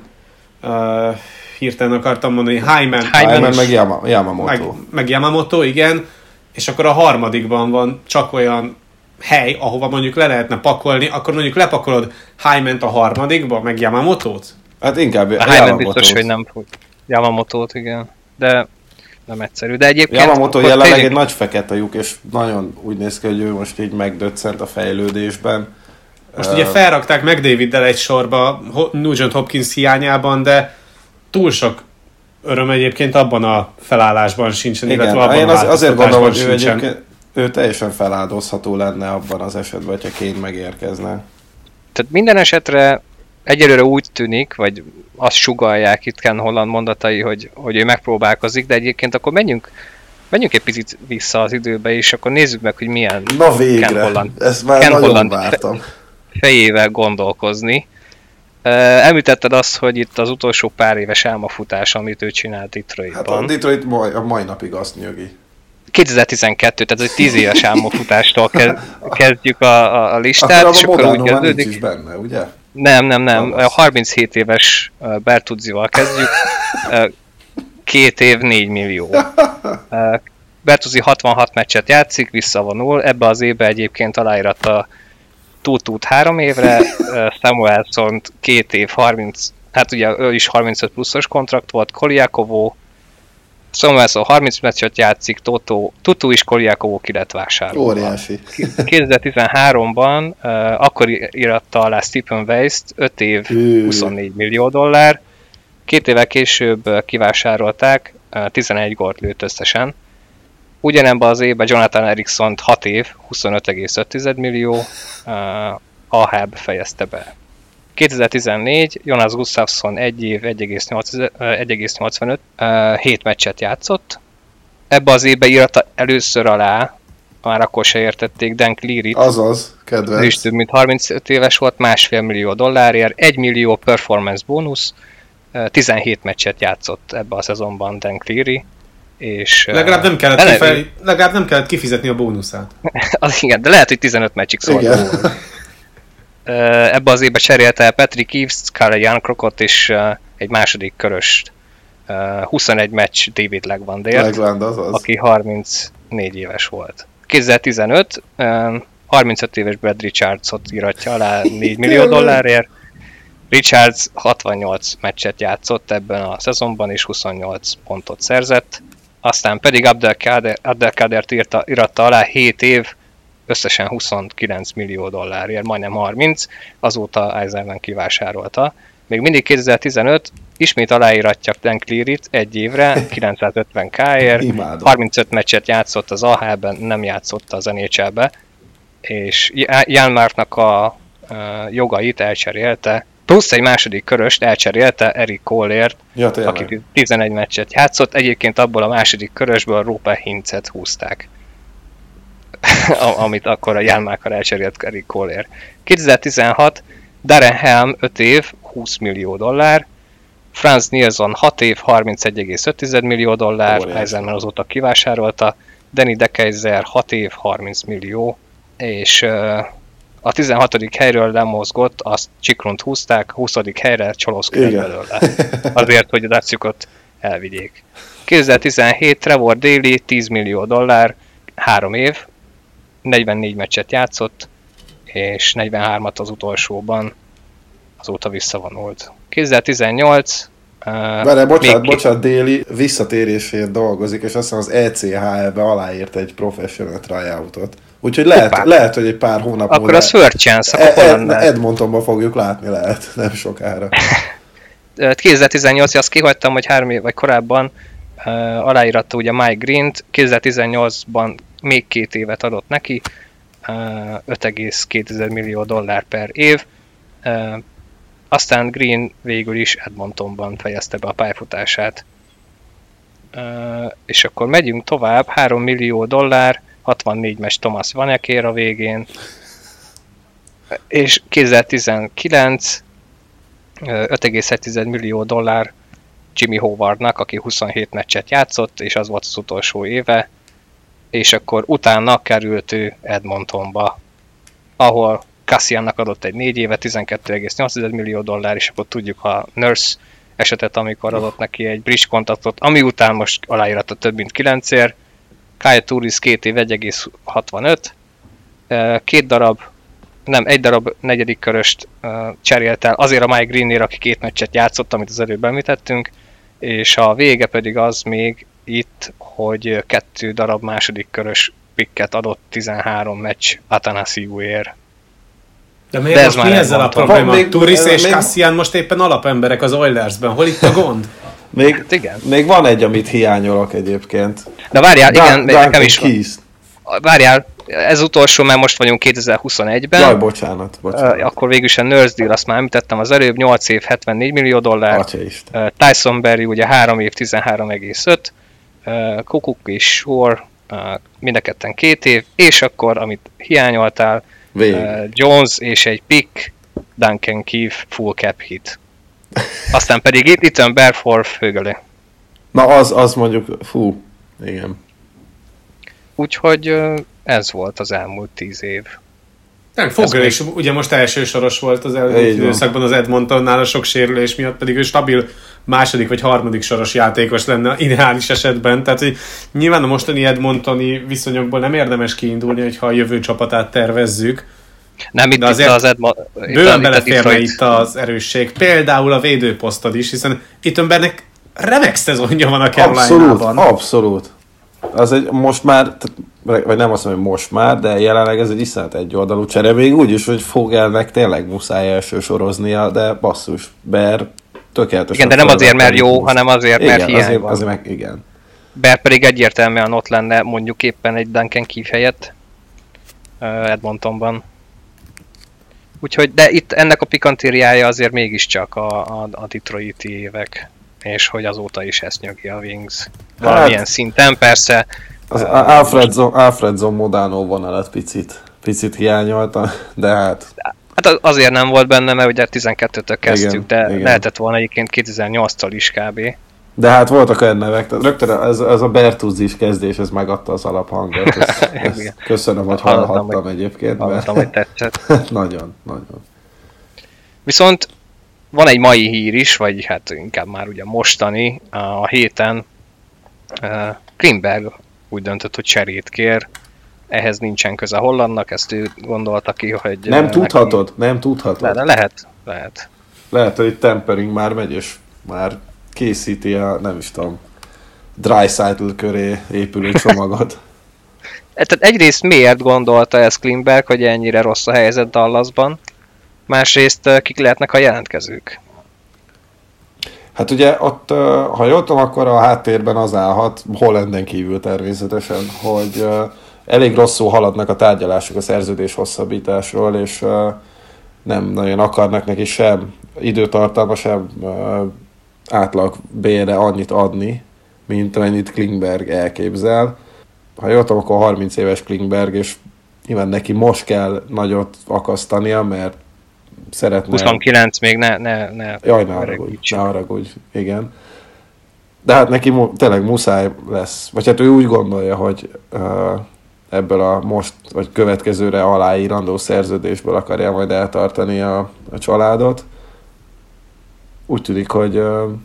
hirtelen akartam mondani, Hyman meg Yamamoto. Meg Yamamoto, igen, és akkor a harmadikban van csak olyan hely, ahova mondjuk le lehetne pakolni, akkor mondjuk lepakolod Hyman-t a harmadikba, meg Yamamotót? Hát inkább a Hyman biztos, hogy nem fog. Yamamotót, igen, de nem egyszerű. De egyébként... Yamamoto jelenleg egy nagy fekete lyuk, és nagyon úgy néz ki, hogy ő most így megdöccent a fejlődésben. Most ugye felrakták McDaviddel egy sorba Nugent Hopkins hiányában, de túl sok öröm egyébként abban a felállásban sincsen, igen, illetve abban én azért gondolom, hogy ő teljesen feláldozható lenne abban az esetben, hogyha Kane megérkezne. Tehát minden esetre egyelőre úgy tűnik, vagy azt sugallják itt Ken Holland mondatai, hogy ő megpróbálkozik, de egyébként akkor menjünk egy picit vissza az időbe, és akkor nézzük meg, hogy milyen Na végre, Ken Holland, ezt már nagyon Holland vártam. Fejével gondolkozni. Említetted azt, hogy itt az utolsó pár éves álmafutás, amit ő csinált Detroitban. Hát a Detroit a mai napig azt nyögi. 2012, tehát egy 10 éves álmafutástól kezdjük a listát. Akkor és akkor úgy kezdődik. Is benne, ugye? Nem. A 37 éves Bertuzzival kezdjük. 2 év, 4 millió. Bertuzzi 66 meccset játszik, visszavonul. Ebbe az évben egyébként aláíratta Tutut 3 évre, Samuelson 2 év, 30, hát ugye ő is 35 pluszos kontrakt volt, Koliakovo, Samuelson 30 meccset játszik, Tutu is Koliakovo ki lett vásárolva. Óriási. 2013-ban akkor íratta alá Stephen Weiss-t, 5 év, 24 millió dollár. 2 évvel később kivásárolták, 11 gólt lőtt összesen. Ugyanebben az évben Jonathan Eriksson 6 év, 25,5 millió, Ahab fejezte be. 2014 Jonas Gustafsson 1 év, 1,85, 7 meccset játszott. Ebben az évben írta először alá, már akkor se értették, Dan Cleary-t. Azaz, kedvenc. Ő is több mint 35 éves volt, $1,5 millió, 1 millió performance bónusz, 17 meccset játszott ebben a szezonban Dan Cleary. És legalább nem kellett kifizetni a bónuszát. Az igen, de lehet, hogy 15 meccsig szólt. Ebben az évben cserélte el Patrick Eaves, Carl Jarnkrokot és egy második köröst, 21 meccs David Leglandért, aki 34 éves volt. 2015 35 éves Brad Richardsot íratja alá $4 millió. Richards 68 meccset játszott ebben a szezonban, és 28 pontot szerzett. Aztán pedig Abdelkadert íratta alá 7 év, összesen 29 millió dollárért, majdnem 30, azóta Eiserman kivásárolta. Még mindig 2015, ismét aláíratja Dan Cleary-t egy évre, 950 K-ért, 35 meccset játszott az AHL-ben, nem játszott az NHL-be, és Janmarknak a jogait elcserélte, plusz egy második köröst elcserélte Erik Callért, aki 11 meccset játszott, egyébként abból a második körösből Roope Hintzet húzták, amit akkor a Janmarkkal elcserélt Erik Callért. 2016, Darren Helm 5 év, 20 millió dollár, Franz Nilsson 6 év, 31,5 millió dollár, Eiserman azóta kivásárolta, Danny DeKeyser 6 év, 30 millió, és a 16. helyről lemozgott, azt Csikrunt húzták, 20. helyre Csoloszki lett belőle. Azért, hogy a Datsukot elvigyék. 2017 Trevor Daley 10 millió dollár, 3 év, 44 meccset játszott, és 43-at az utolsóban, azóta visszavonult. 2018... bocsánat, Daley visszatérésért dolgozik, és azt hiszem az ECHL-be aláírt egy professional tryoutot. Úgyhogy lehet, hogy egy pár hónap múlva... Akkor az third chance, Edmontonban fogjuk látni, lehet, nem sokára. 2018, azt kihagytam, hogy 3 év vagy korábban aláíratta ugye Mike Green-t, 2018-ban még 2 évet adott neki, 5,2 millió dollár per év. Aztán Green végül is Edmontonban fejezte be a pályafutását. És akkor megyünk tovább, 3 millió dollár, 64 meccs Thomas Vanekér a végén. És 2019, 5,1 millió dollár Jimmy Howardnak, aki 27 meccset játszott, és az volt az utolsó éve. És akkor utána került ő Edmontonba, ahol Kassiannak adott egy 4 éve, 12,8 millió dollár, és akkor tudjuk a Nurse esetet, amikor adott neki egy bridge kontraktot, ami után most aláíratta több mint 9-ért. Kyle Turris 2 év 1,65. Egy darab negyedik köröst cserélt el azért a Mike Greennél, aki 2 meccset játszott, amit az előbb említettünk, és a vége pedig az még itt, hogy 2 darab második körös picket adott 13 meccs Athanasiuért. De miért most mi ezzel a probléma? Turris és Kassian most éppen alapemberek az Oilersben. Hol itt a gond? Még van egy, amit hiányolok egyébként. De várjál, igen, nekem is van. Várjál, ez utolsó, mert most vagyunk 2021-ben. Jaj, bocsánat. Akkor végül is a Nurse deal, azt már említettem az előbb, 8 év, 74 millió dollár. Tyson Barrie ugye 3 év, 13,5. Kukuk és Shore, mind a ketten 2 év. És akkor, amit hiányoltál, Jones és egy pick, Duncan Keith full cap hit. Aztán pedig itt Berford Fögele. Na az mondjuk, igen. Úgyhogy ez volt az elmúlt 10 év. Nem, Fogel is ugye most elsősoros volt az elmúlt időszakban az Edmontonnál a sok sérülés miatt, pedig ő stabil második vagy harmadik soros játékos lenne ideális esetben, tehát hogy nyilván a mostani edmontoni viszonyokból nem érdemes kiindulni, hogyha a jövő csapatát tervezzük. Nem, itt az Edmonton... Bőven beleférne itt az erősség. Például a védőposztod is, hiszen Ittenbergnek remek szezonja van a Caroline-ban. Abszolút. Az egy most már, vagy nem azt mondom, hogy most már, de jelenleg ez egy iszonyat egyoldalú csere. Még úgyis, hogy Fogelnek tényleg muszáj elsősoroznia, de basszus, Bear tökéletes. Igen, de nem azért, mert jó, hanem azért, mert hiány van. Azért meg, igen. Bear pedig egyértelműen ott lenne mondjuk éppen egy Duncan Keith helyett Edmontonban. Úgyhogy, de itt ennek a pikantériája azért mégiscsak a Detroiti évek, és hogy azóta is ezt nyögi a Wings. Valamilyen szinten, persze. Az Alfredson Modano vonalat picit hiányolta, de hát... Hát azért nem volt benne, mert ugye 12-től kezdtük, igen. Lehetett volna egyébként 2008-tól is kb. De hát voltak olyan nevek, rögtön ez a Bertuzzi-s kezdés, ez megadta az alaphangot. Köszönöm, hogy hallhattam egyébként. Hallottam, hogy tetszett. Nagyon. Viszont van egy mai hír is, vagy hát inkább már ugye mostani, a héten Klingberg úgy döntött, hogy cserét kér. Ehhez nincsen köze Hollandnak, ezt ő gondolta ki, hogy... Nem tudhatod. De lehet. Lehet, hogy tempering már megy, és már készíti a, nem is tudom, Draisaitl köré épülő csomagot. Tehát egyrészt miért gondolta ezt Klingberg, hogy ennyire rossz a helyzet Dallasban, másrészt kik lehetnek a jelentkezők? Hát ugye ott, ha jól tudom, akkor a háttérben az állhat, Hollanden kívül természetesen, hogy elég rosszul haladnak a tárgyalások a szerződés hosszabbításról, és nem nagyon akarnak neki sem időtartalma, sem átlag bérre annyit adni, mint amennyit Klingberg elképzel. Ha jól tudom, akkor 30 éves Klingberg, és nyilván neki most kell nagyot akasztania, mert szeretne... 29 még ne Jaj, ne haragudj, igen. De hát neki tényleg muszáj lesz, vagy hát ő úgy gondolja, hogy ebből a most, vagy következőre aláírandó szerződésből akarja majd eltartani a családot. Úgy tűnik, hogy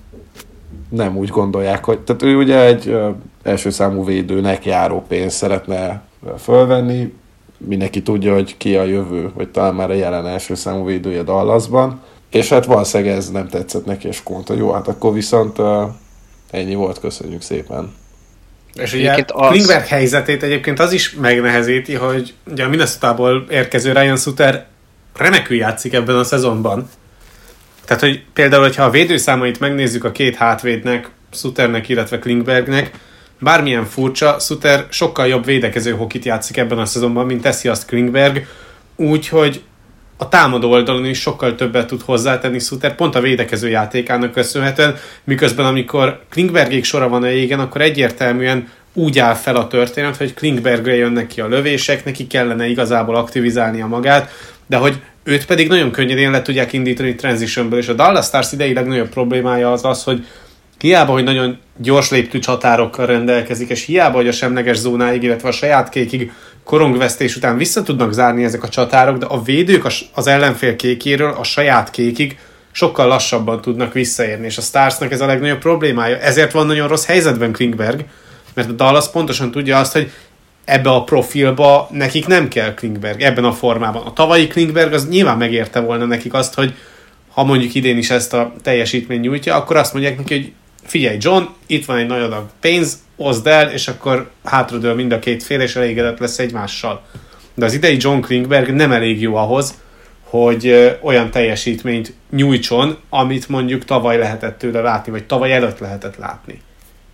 nem úgy gondolják, hogy... Tehát ő ugye egy első számú védőnek járó pénzt szeretne fölvenni. Mindenki tudja, hogy ki a jövő, vagy talán már a jelen első számú védője Dallasban. És hát valószínűleg ez nem tetszett neki, és mondta, jó, hát akkor viszont ennyi volt, köszönjük szépen. És ugye Klingberg helyzetét egyébként az is megnehezíti, hogy ugye a Minnesotából érkező Ryan Suter remekül játszik ebben a szezonban. Tehát, hogy például, hogyha a védőszámait megnézzük a két hátvédnek, Suternek, illetve Klingbergnek, bármilyen furcsa, Suter sokkal jobb védekező hokit játszik ebben a szezonban, mint teszi azt Klingberg, úgyhogy a támadó oldalon is sokkal többet tud hozzátenni Suter, pont a védekező játékának köszönhetően, miközben amikor Klingbergék sora van a jégen, akkor egyértelműen úgy áll fel a történet, hogy Klingbergre jönnek ki a lövések, neki kellene igazából aktivizálnia magát, de hogy őt pedig nagyon könnyedén le tudják indítani transitionből, és a Dallas Stars idei legnagyobb problémája az, hogy hiába, hogy nagyon gyors léptű csatárokkal rendelkezik, és hiába, hogy a semleges zónáig, illetve a saját kékig korongvesztés után vissza tudnak zárni ezek a csatárok, de a védők az ellenfél kékéről a saját kékig sokkal lassabban tudnak visszaérni, és a Starsnak ez a legnagyobb problémája. Ezért van nagyon rossz helyzetben Klingberg, mert a Dallas pontosan tudja azt, hogy ebbe a profilba nekik nem kell Klingberg, ebben a formában. A tavalyi Klingberg az nyilván megérte volna nekik azt, hogy ha mondjuk idén is ezt a teljesítményt nyújtja, akkor azt mondják neki, hogy figyelj John, itt van egy nagy adag pénz, oszd el, és akkor hátradől mind a két fél, és elégedett lesz egymással. De az idei John Klingberg nem elég jó ahhoz, hogy olyan teljesítményt nyújtson, amit mondjuk tavaly lehetett tőle látni, vagy tavaly előtt lehetett látni.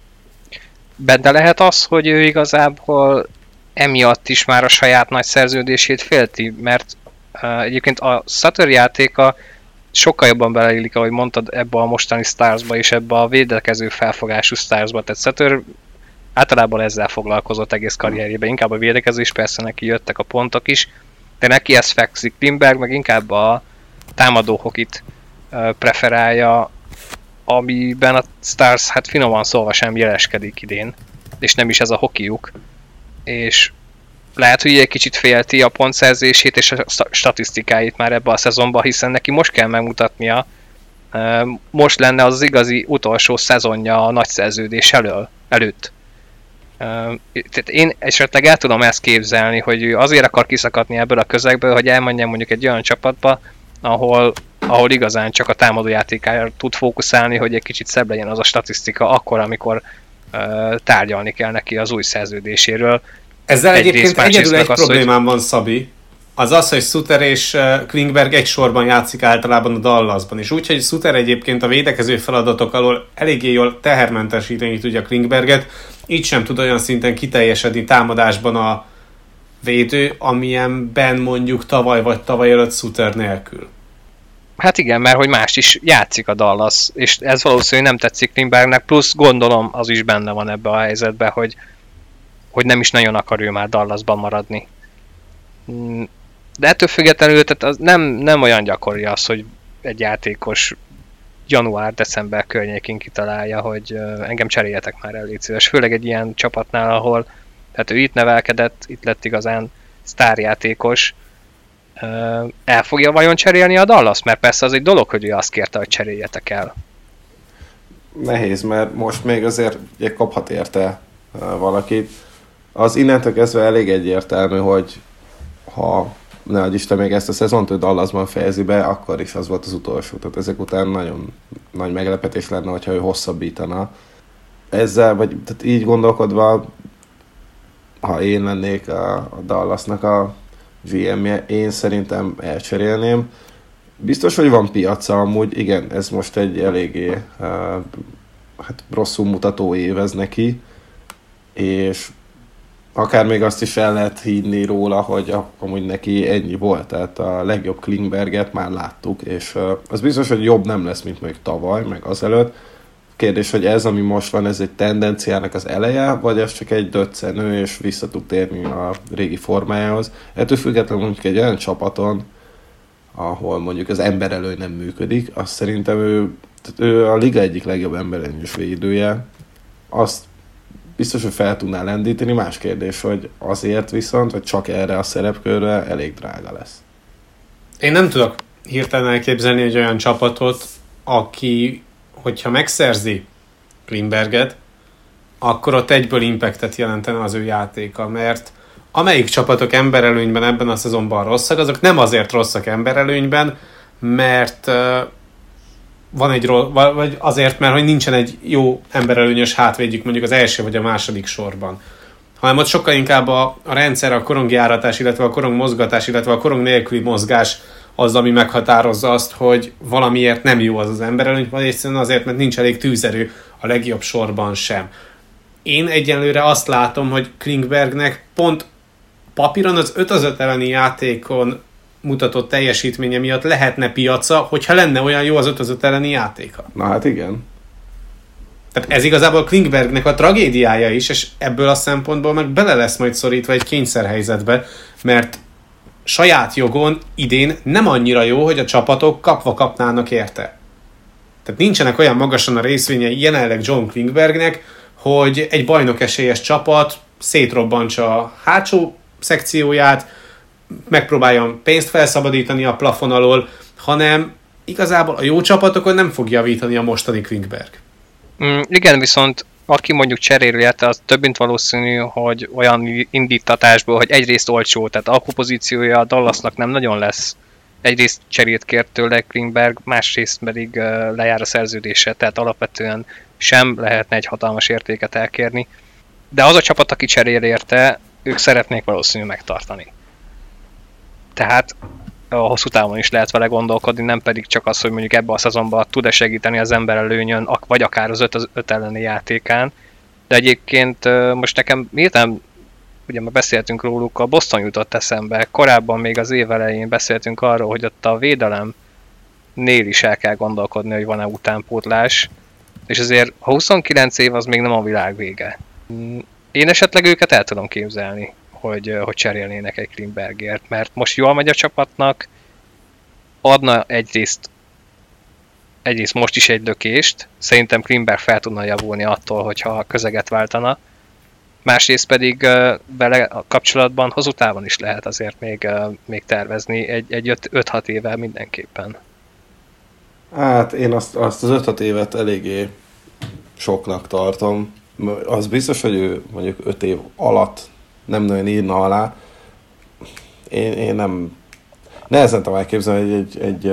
Benne lehet az, hogy ő igazából emiatt is már a saját nagy szerződését félti, mert egyébként a Suter játéka sokkal jobban beleillik, ahogy mondtad, ebbe a mostani Starsba és ebbe a védekező felfogású Starsba. Tehát Suter általában ezzel foglalkozott egész karrierjében, inkább a védekező is, persze neki jöttek a pontok is, de neki ez fekszik. Klingberg meg inkább a támadó hokit preferálja, amiben a Stars hát finoman szólva sem jeleskedik idén, és nem is ez a hokiuk. És lehet, hogy egy kicsit félti a pontszerzését és a statisztikáit már ebbe a szezonban, hiszen neki most kell megmutatnia, most lenne az igazi utolsó szezonja a nagy szerződés előtt. Tehát én esetleg el tudom ezt képzelni, hogy ő azért akar kiszakadni ebből a közegből, hogy elmenjen mondjuk egy olyan csapatba, ahol igazán csak a támadójátékára tud fókuszálni, hogy egy kicsit szebb legyen az a statisztika akkor, amikor tárgyalni kell neki az új szerződéséről. Ezzel egyébként egyedül egy problémám van, Szabi. Az, hogy Suter és Klingberg egy sorban játszik általában a Dallasban. És úgy, hogy Suter egyébként a védekező feladatok alól eléggé jól tehermentesíteni tudja Klingberget, így sem tud olyan szinten kiteljesedni támadásban a védő, amilyenben mondjuk tavaly vagy tavaly előtt Suter nélkül. Hát igen, mert hogy más is játszik a Dallas, és ez valószínűleg nem tetszik Klingbergnek, plusz gondolom az is benne van ebbe a helyzetbe, hogy nem is nagyon akar ő már Dallasban maradni. De ettől függetlenül tehát az nem olyan gyakori az, hogy egy játékos január-december környékén kitalálja, hogy engem cseréljetek már el, légy szíves. Főleg egy ilyen csapatnál, ahol tehát ő itt nevelkedett, itt lett igazán sztárjátékos. El fogja vajon cserélni a Dallas? Mert persze az egy dolog, hogy ő azt kérte, hogy cseréljetek el. Nehéz, mert most még azért kaphat érte valakit. Az innentől kezdve elég egyértelmű, hogy ha nehogy Isten még ezt a szezont ő Dallasban fejezi be, akkor is az volt az utolsó. Tehát ezek után nagyon nagy meglepetés lenne, hogyha ő hosszabbítana. Ezzel, vagy tehát így gondolkodva ha én lennék a Dallasnak a GM-je, én szerintem elcserélném. Biztos, hogy van piaca amúgy, igen, ez most egy eléggé rosszul mutató év ez neki, és akár még azt is el lehet hinni róla, hogy amúgy neki ennyi volt, tehát a legjobb Klingberget már láttuk, és az biztos, hogy jobb nem lesz, mint még tavaly, meg azelőtt. Kérdés, hogy ez, ami most van, ez egy tendenciának az eleje, vagy ez csak egy döccenő, és vissza tud térni a régi formájához. Ettől függetlenül mondjuk egy olyan csapaton, ahol mondjuk az emberelőny nem működik, azt szerintem ő a liga egyik legjobb emberelőnyös védője. Azt biztos, hogy fel tudná lendíteni. Más kérdés, hogy azért viszont, hogy csak erre a szerepkörre elég drága lesz. Én nem tudok hirtelen elképzelni egy olyan csapatot, aki, hogyha megszerzi Klingberget, akkor ott egyből impactet jelentene az ő játéka, mert amelyik csapatok emberelőnyben ebben a szezonban rosszak, azok nem azért rosszak emberelőnyben, mert vagy azért, mert hogy nincsen egy jó emberelőnyös hátvédjük mondjuk az első vagy a második sorban. Hanem ott sokkal inkább a rendszer, a korongjáratás, illetve a korongmozgatás, illetve a korong nélküli mozgás az, ami meghatározza azt, hogy valamiért nem jó az emberelőny, vagy egyszerűen azért, mert nincs elég tűzerő a legjobb sorban sem. Én egyenlőre azt látom, hogy Klingbergnek pont papíron az 5-5 elleni játékon mutatott teljesítménye miatt lehetne piaca, hogyha lenne olyan jó az 5-5 elleni játéka. Na hát igen. Tehát ez igazából Klingbergnek a tragédiája is, és ebből a szempontból meg bele lesz majd szorítva egy kényszerhelyzetbe, mert saját jogon idén nem annyira jó, hogy a csapatok kapva kapnának érte. Tehát nincsenek olyan magasan a részvényei jelenleg John Klingbergnek, hogy egy bajnok esélyes csapat szétrobbantsa a hátsó szekcióját, megpróbáljon pénzt felszabadítani a plafon alól, hanem igazából a jó csapatokon nem fog javítani a mostani Klingberg. Igen, viszont aki mondjuk cserél érte, az több mint valószínű, hogy olyan indítatásból, hogy egyrészt olcsó, tehát alkupozíciója a Dallasnak nem nagyon lesz. Egyrészt cserét kért tőle Klingberg, másrészt pedig lejár a szerződése, tehát alapvetően sem lehetne egy hatalmas értéket elkérni. De az a csapat, aki cserél érte, ők szeretnék valószínűleg megtartani. Tehát a hosszú távon is lehet vele gondolkodni, nem pedig csak az, hogy mondjuk ebben a szezonban tud-e segíteni az emberelőnyön, vagy akár az 5 elleni játékán. De egyébként most nekem miután ugye már beszéltünk róluk, a Boston jutott eszembe. Korábban még az év elején beszéltünk arról, hogy ott a védelemnél is el kell gondolkodni, hogy van-e utánpótlás. És azért a 29 év az még nem a világ vége. Én esetleg őket el tudom képzelni, hogy cserélnének egy Klingbergért, mert most jól megy a csapatnak, adna egyrészt most is egy lökést, szerintem Klingberg fel tudna javulni attól, hogyha közeget váltana, másrészt pedig vele a kapcsolatban hosszú távon is lehet azért még tervezni, egy 5-6 évvel mindenképpen. Hát én azt az 5-6 évet eléggé soknak tartom. Az biztos, hogy ő mondjuk 5 év alatt nem nagyon írna alá. Én nem nehezen tudom elképzelni, hogy egy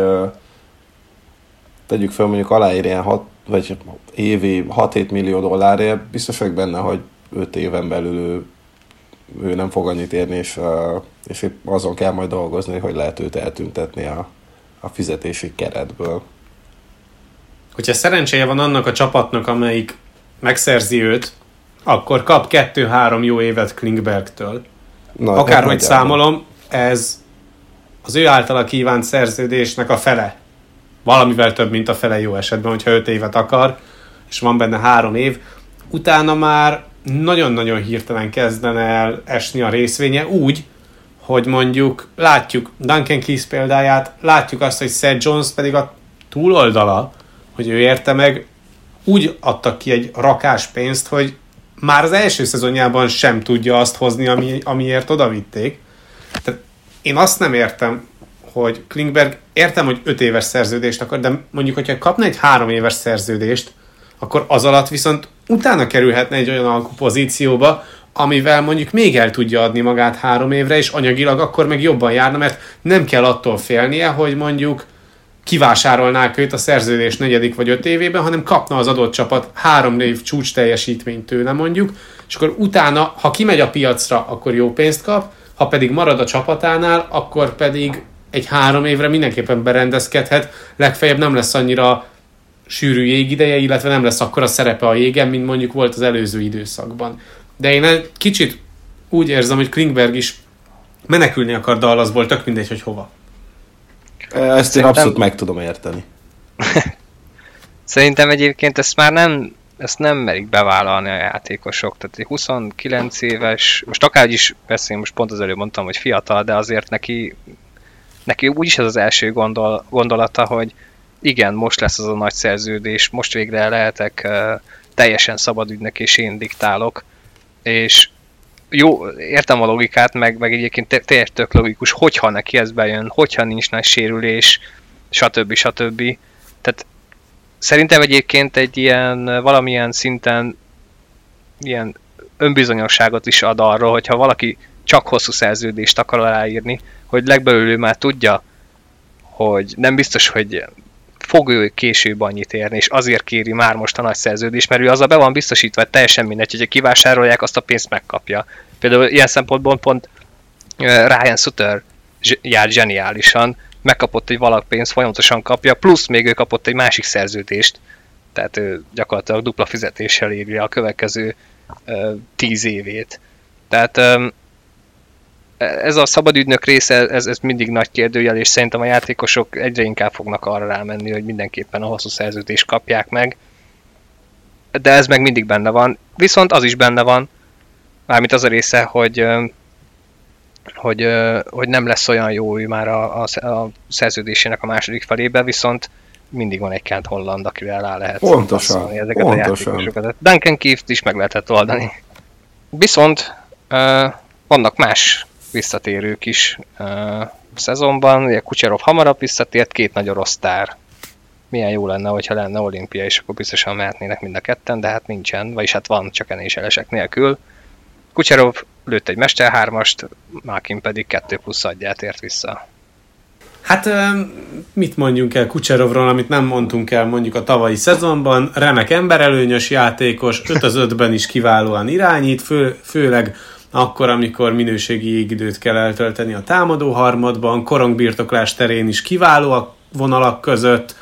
tegyük fel, mondjuk aláír ilyen 6 vagy évi 6-7 millió dollárért, biztos vagyok benne, hogy 5 éven belül ő nem fog annyit érni, és azon kell majd dolgozni, hogy lehet őt eltüntetni a fizetési keretből. Hogyha szerencséje van annak a csapatnak, amelyik megszerzi őt, akkor kap 2-3 jó évet Klingbergtől. Akárhogy számolom, ez az ő általa kívánt szerződésnek a fele. Valamivel több, mint a fele jó esetben, hogyha 5 évet akar, és van benne 3 év. Utána már nagyon-nagyon hirtelen kezdene el esni a részvénye úgy, hogy mondjuk látjuk Duncan Keith példáját, látjuk azt, hogy Seth Jones pedig a túloldala, hogy ő érte meg, úgy adtak ki egy rakás pénzt, hogy már az első szezonjában sem tudja azt hozni, amiért odavitték. Tehát én azt nem értem, hogy Klingberg, értem, hogy 5 éves szerződést akar, de mondjuk, hogyha kapna egy 3 éves szerződést, akkor az alatt viszont utána kerülhetne egy olyan alkupozícióba, amivel mondjuk még el tudja adni magát 3 évre, és anyagilag akkor meg jobban járna, mert nem kell attól félnie, hogy mondjuk kivásárolnák őt a szerződés 4. vagy 5 évében, hanem kapna az adott csapat 3 év csúcs teljesítményt tőle mondjuk, és akkor utána, ha kimegy a piacra, akkor jó pénzt kap, ha pedig marad a csapatánál, akkor pedig egy 3 évre mindenképpen berendezkedhet, legfeljebb nem lesz annyira sűrű jégideje, illetve nem lesz akkora szerepe a jégen, mint mondjuk volt az előző időszakban. De én egy kicsit úgy érzem, hogy Klingberg is menekülni akar Dallasból, tök mindegy, hogy hova. Ezt én abszolút meg tudom érteni. Szerintem egyébként ezt nem merik bevállalni a játékosok. Tehát egy 29 éves, most akárhogy is beszélünk, most pont az előbb mondtam, hogy fiatal, de azért neki úgyis ez az első gondolata, hogy igen, most lesz az a nagy szerződés, most végre lehetek teljesen szabad ügynök, és én diktálok. És jó, értem a logikát, meg egyébként teljesen tök logikus, hogyha neki ez bejön, hogyha nincs nagy sérülés, stb. Tehát szerintem egyébként egy ilyen, valamilyen szinten ilyen önbizonyosságot is ad arról, hogyha valaki csak hosszú szerződést akar aláírni, hogy legbelül ő már tudja, hogy nem biztos, hogy fog ő később annyit érni, és azért kéri már most a nagy szerződést, mert ő azzal be van biztosítva, hogy teljesen mindegy, hogyha kivásárolják, azt a pénzt megkapja. Például ilyen szempontból pont Ryan Suter jár zseniálisan, megkapott egy valak pénzt, folyamatosan kapja, plusz még ő kapott egy másik szerződést, tehát ő gyakorlatilag dupla fizetéssel írja a következő 10 évét. Tehát ez a szabadügynök része, ez mindig nagy kérdőjel, és szerintem a játékosok egyre inkább fognak arra rámenni, hogy mindenképpen a hosszú szerződést kapják meg. De ez meg mindig benne van. Viszont az is benne van, mármint az a része, hogy nem lesz olyan jó ő már a szerződésének a második felébe, viszont mindig van egy Kent Holland, akivel rá lehet passzolni ezeket a játékosokat. Duncan Keith-t is meg lehetett oldani. Viszont vannak más visszatérők is szezonban. Ugye Kucherov hamarabb visszatért, 2 nagy orosz sztár. Milyen jó lenne, hogyha lenne olimpia, és akkor biztosan mehetnének mind a ketten, de hát nincsen, vagyis hát van, csak NHL-esek nélkül. Kucherov lőtt egy Mester 3-ast, Malkin pedig 2+ adját ért vissza. Hát mit mondjunk el Kucherovról, amit nem mondtunk el mondjuk a tavalyi szezonban. Remek emberelőnyös játékos, 5-5-ben is kiválóan irányít, főleg akkor, amikor minőségi jégidőt kell eltölteni a támadó harmadban, korongbirtoklás terén is kiváló a vonalak között.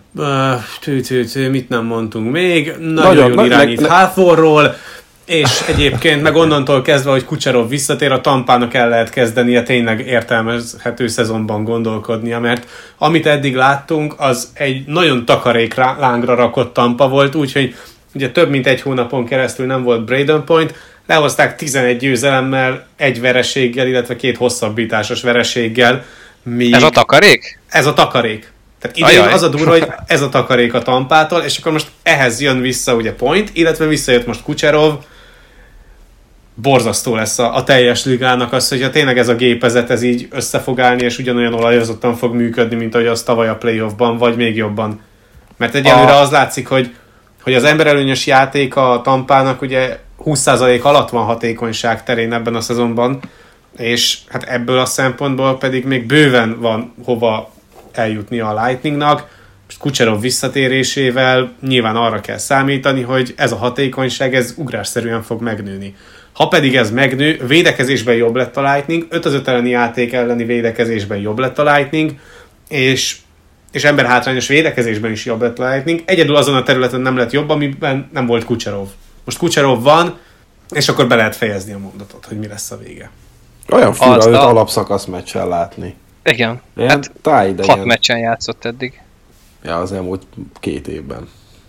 Mit nem mondtunk még? Nagyon jól irányít hátvorról, és egyébként meg onnantól kezdve, hogy Kucherov visszatér, a Tampának el lehet kezdenie tényleg értelmezhető szezonban gondolkodnia, mert amit eddig láttunk, az egy nagyon takarék lángra rakott Tampa volt, úgyhogy ugye több mint 1 hónapon keresztül nem volt Brayden Point, lehozták 11 győzelemmel, 1 vereséggel, illetve 2 hosszabbításos vereséggel. Ez a takarék? Ez a takarék. Tehát idén az a durva, hogy ez a takarék a Tampától, és akkor most ehhez jön vissza ugye Point, illetve visszajött most Kucherov. Borzasztó lesz a teljes ligának az, hogyha tényleg ez a gépezet ez így össze fog állni, és ugyanolyan olajozottan fog működni, mint ahogy az tavaly a playoffban, vagy még jobban. Mert egyelőre az látszik, hogy az emberelőnyös játék a Tampának ugye 20% alatt van hatékonyság terén ebben a szezonban, és hát ebből a szempontból pedig még bőven van hova eljutni a Lightningnak. Most Kucherov visszatérésével nyilván arra kell számítani, hogy ez a hatékonyság ez ugrásszerűen fog megnőni. Ha pedig ez megnő, védekezésben jobb lett a Lightning, 5-5 elleni játék elleni védekezésben jobb lett a Lightning, és emberhátrányos védekezésben is jobb lett a Lightning. Egyedül azon a területen nem lett jobb, amiben nem volt Kucherov. Most Kucherov van, és akkor be lehet fejezni a mondatot, hogy mi lesz a vége. Olyan fura őt alapszakasz meccsen látni. Igen. Hát 6 meccsen játszott eddig. Ja, az elmúlt 2 évben.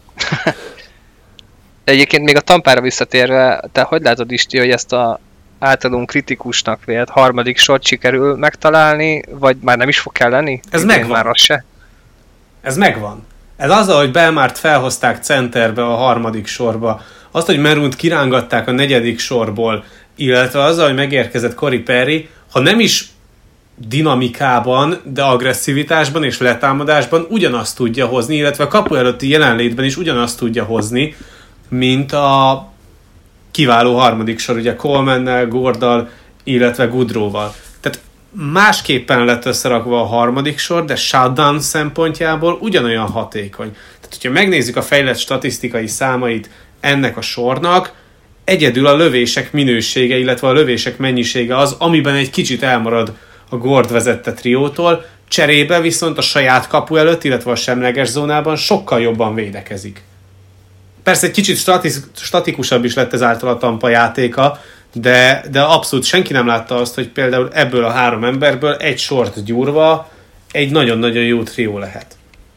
Egyébként még a Tampára visszatérve, te hogy látod Isti, hogy ezt a általunk kritikusnak vélt harmadik sort sikerül megtalálni, vagy már nem is fog kelleni? Ez megvan. Már az se. Ez megvan. Ez azzal, hogy Belmárt felhozták centerbe a harmadik sorba, azt, hogy Maroont kirángatták a 4. sorból, illetve azzal, hogy megérkezett Corey Perry, ha nem is dinamikában, de agresszivitásban és letámadásban ugyanazt tudja hozni, illetve a kapu előtti jelenlétben is ugyanazt tudja hozni, mint a kiváló harmadik sor, ugye Colemannel, Gorddal, illetve Goodrow-val. Tehát másképpen lett összerakva a harmadik sor, de shutdown szempontjából ugyanolyan hatékony. Tehát, hogyha megnézzük a fejlett statisztikai számait ennek a sornak, egyedül a lövések minősége, illetve a lövések mennyisége az, amiben egy kicsit elmarad a Gord vezette triótól, cserébe viszont a saját kapu előtt, illetve a semleges zónában sokkal jobban védekezik. Persze egy kicsit statikusabb is lett ezáltal a Tampa játéka, de abszolút senki nem látta azt, hogy például ebből a 3 emberből egy sort gyúrva egy nagyon-nagyon jó trió lehet.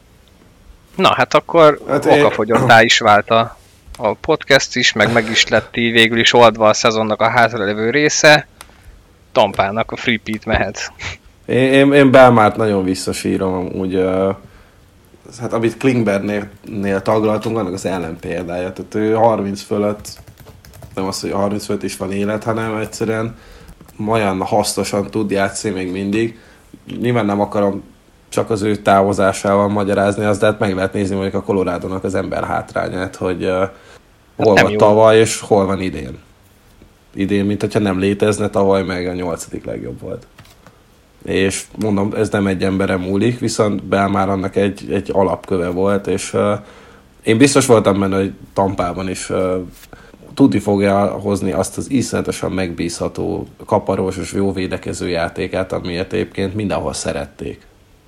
Na hát akkor okafogyottá is vált a podcast is, meg is lett így végül is oldva a szezonnak a hátralévő része. Tampának a free pit mehet. Én Belmárt nagyon visszasírom, úgy, hát amit Klingbergnél taglaltunk, annak az ellenpéldája. Tehát ő 30 fölött, nem az, hogy 30 fölött is van élet, hanem egyszerűen olyan hasznosan tud játszani még mindig. Nyilván nem akarom csak az ő távozásával magyarázni azt, de hát meg lehet nézni mondjuk a Colorado-nak az ember hátrányát, hogy hol van tavaly és hol van idén. Idén, mint hogyha nem létezne, tavaly meg a 8. legjobb volt. És mondom, ez nem egy emberem múlik, viszont Belmár annak egy alapköve volt, és én biztos voltam benne, hogy Tampában is tudni fogja hozni azt az iszonyatosan megbízható, kaparós és jó védekező játékát, amiért egyébként mindenhol szerették.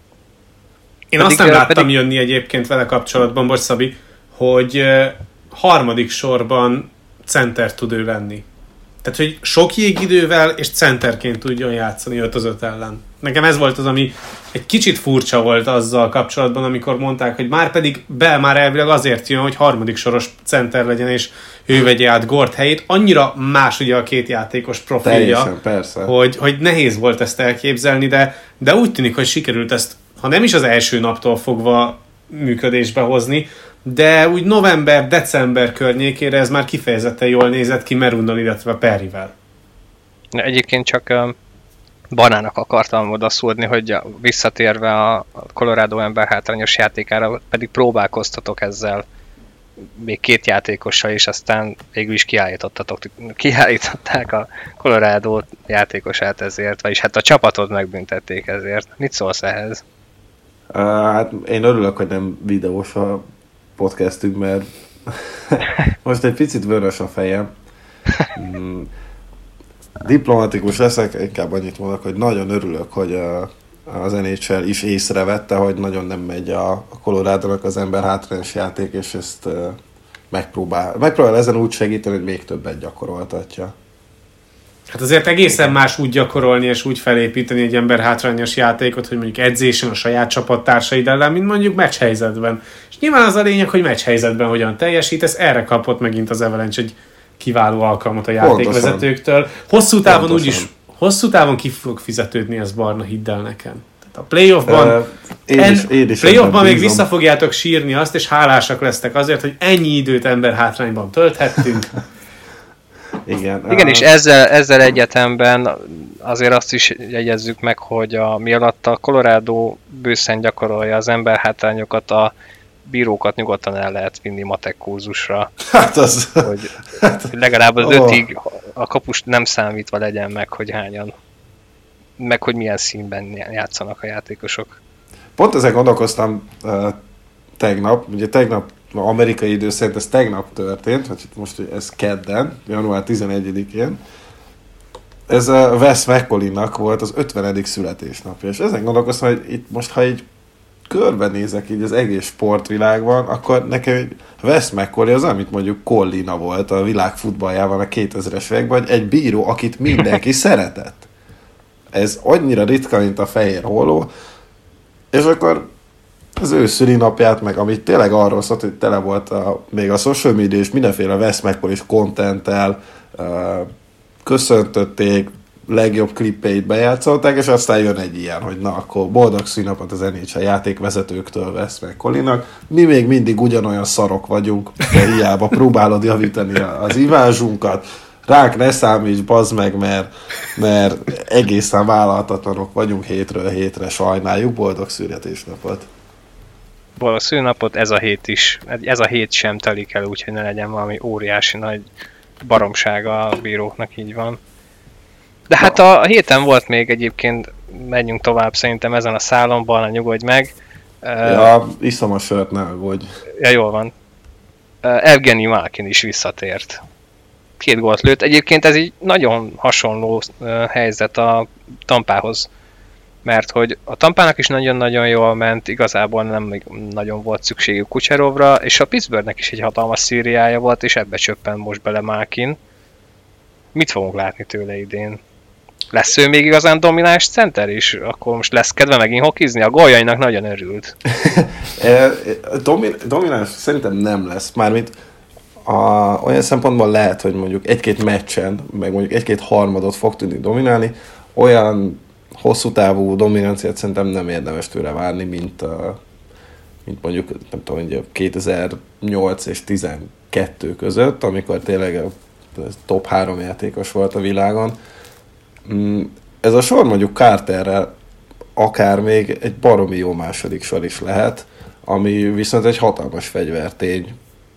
Én azt nem láttam jönni egyébként vele kapcsolatban, bocs Szabi, hogy harmadik sorban center tud ő lenni. Tehát, hogy sok jégidővel és centerként tudjon játszani 5-5 ellen. Nekem ez volt az, ami egy kicsit furcsa volt azzal kapcsolatban, amikor mondták, hogy már pedig Belmár elvileg azért jön, hogy harmadik soros center legyen, és ő vegye át Gord helyét. Annyira más ugye a két játékos profilja, hogy nehéz volt ezt elképzelni, de úgy tűnik, hogy sikerült ezt, ha nem is az első naptól fogva működésbe hozni, de úgy november-december környékére ez már kifejezetten jól nézett ki Maroonnal, illetve Perryvel. Egyébként csak Banának akartam odaszúrni, hogy visszatérve a Colorado ember hátrányos játékára, pedig próbálkoztatok ezzel még 2 játékossal, és aztán végül is kiállították a Colorado játékosát ezért, vagyis hát a csapatot megbüntették ezért. Mit szólsz ehhez? Hát én örülök, hogy nem videós a podcastünk, mert most egy picit vörös a fejem. Diplomatikus leszek, inkább annyit mondok, hogy nagyon örülök, hogy az NHL is észrevette, hogy nagyon nem megy a Colorado-nak az ember hátrányos játék, és ezt megpróbál ezen úgy segíteni, hogy még többet gyakoroltatja. Hát azért egészen más úgy gyakorolni és úgy felépíteni egy ember hátrányos játékot, hogy mondjuk edzésen a saját csapattársaid ellen, mint mondjuk meccshelyzetben. És nyilván az a lényeg, hogy meccshelyzetben hogyan teljesítesz, erre kapott megint az Avalanche egy kiváló alkalmat a játékvezetőktől. Hosszú távon ki fog fizetődni ez, Barna, hidd el nekem. Tehát a playoffban, playoffban még vissza fogjátok sírni azt, és hálásak lesztek azért, hogy ennyi időt ember hátrányban tölthettünk. Igen, és ezzel egyetemben azért azt is jegyezzük meg, hogy mi alatt a Colorado bőszen gyakorolja az emberhátrányokat, a bírókat nyugodtan el lehet vinni matek kurzusra. Hát az... Hogy legalább az 5-ig a kapust nem számítva legyen meg, hogy hányan, meg hogy milyen színben játszanak a játékosok. Pont ezen gondolkoztam tegnap, ugye tegnap amerikai idő szerint ez tegnap történt, vagy most ez kedden, január 11-én. Ez a Wes McCauley-nak volt az 50. születésnapja, és ezen gondolkoztam, hogy itt most, ha így körbenézek így az egész sportvilágban, akkor nekem Wes McCauley az, amit mondjuk Collina volt a világ futballjában a 2000-es években, vagy egy bíró, akit mindenki szeretett. Ez annyira ritka, mint a fehér holló, és akkor az ő szülinapját, meg amit tényleg arról szólt, hogy tele volt még a social media és mindenféle Wes McCauley-s contenttel, köszöntötték, legjobb klippeit bejátszották, és aztán jön egy ilyen, hogy na, akkor boldog szülinapot az NHL játékvezetőktől Wes McCauley-nak. Mi még mindig ugyanolyan szarok vagyunk, de hiába próbálod javítani az imázsunkat. Ránk ne számíts, bazd meg, mert egészen vállalhatatlanok vagyunk hétről hétre, sajnáljuk, boldog születésnapot. Boldog szülinapot, ez a hét is, ez a hét sem telik el, úgyhogy ne legyen valami óriási nagy baromsága a bíróknak, így van. De hát a héten volt még egyébként, menjünk tovább szerintem ezen a szálon, Barna, nyugodj meg. Ja, iszom a sört, ne aggódj. Ja, jól van. Evgeny Malkin is visszatért. 2 gólt lőtt. Egyébként ez így nagyon hasonló helyzet a Tampához. Mert hogy a Tampának is nagyon-nagyon jól ment, igazából nem nagyon volt szükségük Kucherovra, és a Pittsburghnek is egy hatalmas szériája volt, és ebbe csöppen most bele Malkin. Mit fogunk látni tőle idén? Lesz ő még igazán domináns center is? Akkor most lesz kedve megint hokizni? A góljainak nagyon örült. Domináns szerintem nem lesz. Mármint olyan szempontból lehet, hogy mondjuk egy-két meccsen, meg mondjuk egy-két harmadot fog tudni dominálni, olyan hosszú távú dominanciát szerintem nem érdemes tőle várni, mint mondjuk, nem tudom, ugye 2008 és 2012 között, amikor tényleg top 3 játékos volt a világon. Ez a sor mondjuk Carterrel akár még egy baromi jó második sor is lehet, ami viszont egy hatalmas fegyvertény